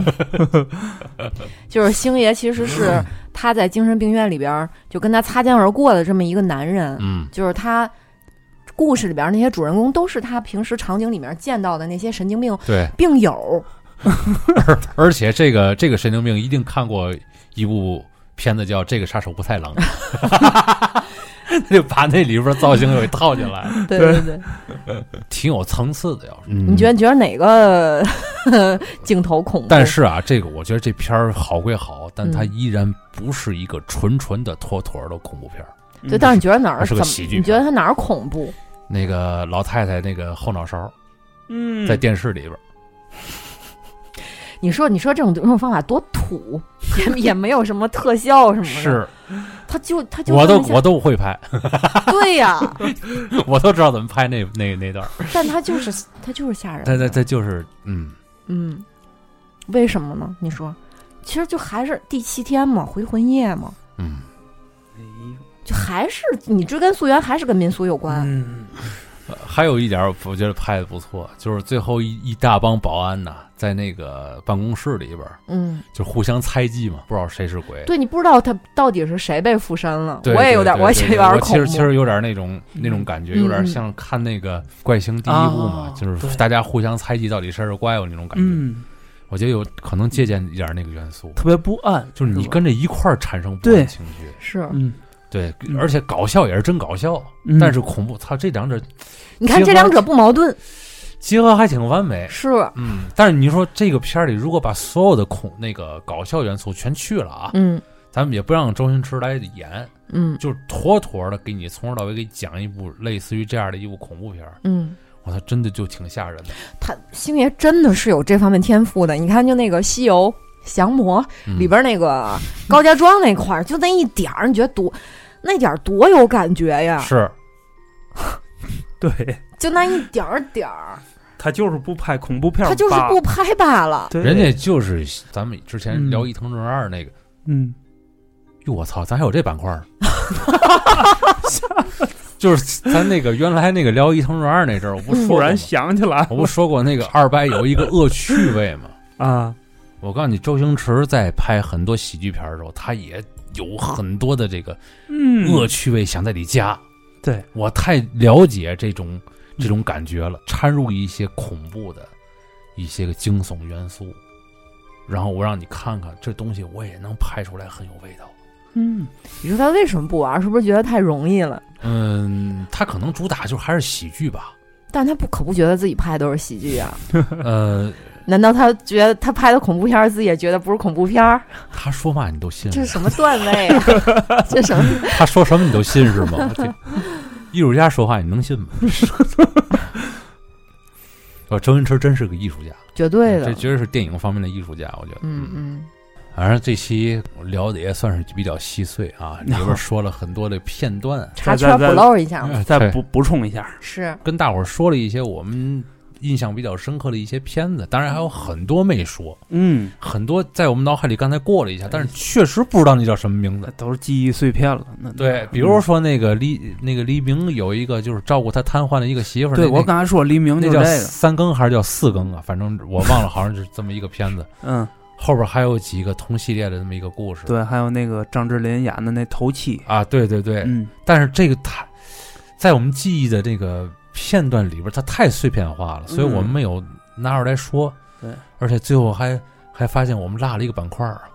就是星爷其实是他在精神病院里边就跟他擦肩而过的这么一个男人， 嗯， 就是他故事里边那些主人公都是他平时场景里面见到的那些神经病对病友， 而而且这个这个神经病一定看过一部片子叫《这个杀手不太冷》。就把那里边造型给套进来， 对对对， 挺有层次的。要是你觉得觉得哪个镜头恐怖？ 但是啊，这个我觉得这片儿好归好，但它依然不是一个纯纯的妥妥的恐怖片儿。 对，但是你觉得哪儿是个喜剧？ 你觉得它哪儿恐怖？ 那个老太太那个后脑勺， 嗯， 在电视里边。 你说，你说这种这种方法多土，也也没有什么特效什么的。 是， 他就他就我都我都会拍。 对呀， 我都知道怎么拍那那那段。 但他就是他就是吓人。 他他他就是嗯嗯，为什么呢？你说，其实就还是第七天嘛，回魂夜嘛。 嗯， 就还是你追根溯源，还是跟民俗有关。 嗯。 还有一点我觉得拍的不错，就是最后一一大帮保安呐，在那个办公室里边， 嗯， 就互相猜忌嘛，不知道谁是鬼。 对，你不知道他到底是谁被附身了。 对， 我也有点，我也有点恐怖。 其实其实有点那种那种感觉，有点像看那个《怪形》第一部嘛，就是大家互相猜忌到底谁是怪物那种感觉。 嗯， 我觉得有可能借鉴一点那个元素， 特别不安， 就是你跟着一块儿产生不安情绪。 是， 嗯。 对，而且搞笑也是真搞笑， 嗯、 但是恐怖，操，这两者， 你看这两者不矛盾， 结合还挺完美。 是， 嗯，但是你说这个片儿里，如果把所有的恐那个搞笑元素全去了啊， 嗯， 咱们也不让周星驰来演， 嗯， 就是妥妥的给你从头到尾给讲一部类似于这样的一部恐怖片儿， 嗯， 我操，真的就挺吓人的。 他星爷真的是有这方面天赋的，你看就那个西游降魔、嗯、里边那个高家庄那块儿，就那一点儿，你觉得多？那点儿多有感觉呀！ 是， 对， 就那一点儿点儿， 他就是不拍恐怖片， 他就是不拍罢了。 人家就是咱们之前聊《伊藤润二》那个， 嗯， 哟，我操，咱还有这板块儿，就是咱那个原来那个聊《伊藤润二》那阵儿，我不说突然想起来， 我不说过那个二白有一个恶趣味吗？ 啊， 我告诉你，周星驰在拍很多喜剧片的时候，他也有很多的这个恶趣味想在里加。 嗯、对， 我太了解这种这种感觉了，掺入一些恐怖的一些个惊悚元素，然后我让你看看这东西，我也能拍出来很有味道。 嗯，你说他为什么不玩？是不是觉得太容易了？ 嗯，他可能主打就还是喜剧吧。 但他不可不觉得自己拍的都是喜剧啊。 呃。 难道他觉得他拍的恐怖片自己也觉得不是恐怖片？ 他说嘛你都信？ 这是什么段位啊？这什么？ 他说什么你都信是吗？艺术家说话你能信吗？哦，周星驰真是个艺术家， 绝对的， 这绝对是电影方面的艺术家，我觉得。 嗯嗯。 反正这期聊的也算是比较细碎啊，里边说了很多的片段， 插圈补漏一下， 再补补充一下， 是跟大伙儿说了一些我们印象比较深刻的一些片子，当然还有很多没说， 嗯， 很多在我们脑海里刚才过了一下，但是确实不知道那叫什么名字， 都是记忆碎片了。那对，比如说那个黎、嗯、那个黎明有一个就是照顾他瘫痪的一个媳妇儿， 对我刚才说黎明就是这个， 那叫三更还是叫四更啊？反正我忘了，好像是这么一个片子。 嗯， 后边还有几个同系列的这么一个故事。 对，还有那个张智霖演的那头七啊，对对对， 嗯， 但是这个他在我们记忆的这个片段里边，它太碎片化了，所以我们没有拿出来说。 对、嗯， 而且最后还还发现我们落了一个板块儿。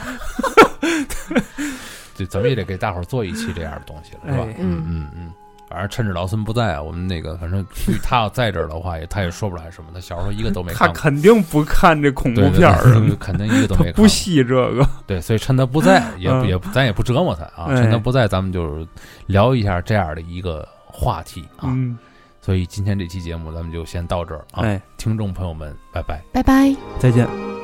对，怎么也得给大伙儿做一期这样的东西了，是吧？ 嗯嗯嗯。 反正趁着老孙不在，我们那个反正他要在这儿的话，也他也说不出来什么。他小时候一个都没看过， 他肯定不看这恐怖片儿， 对对对肯定一个都没看过， 不惜这个。 对，所以趁他不在，也嗯也咱也不折磨他啊。 哎趁他不在，咱们就是聊一下这样的一个话题啊。 嗯， 所以今天这期节目咱们就先到这儿啊。 哎， 听众朋友们，拜拜， 拜拜。 再见。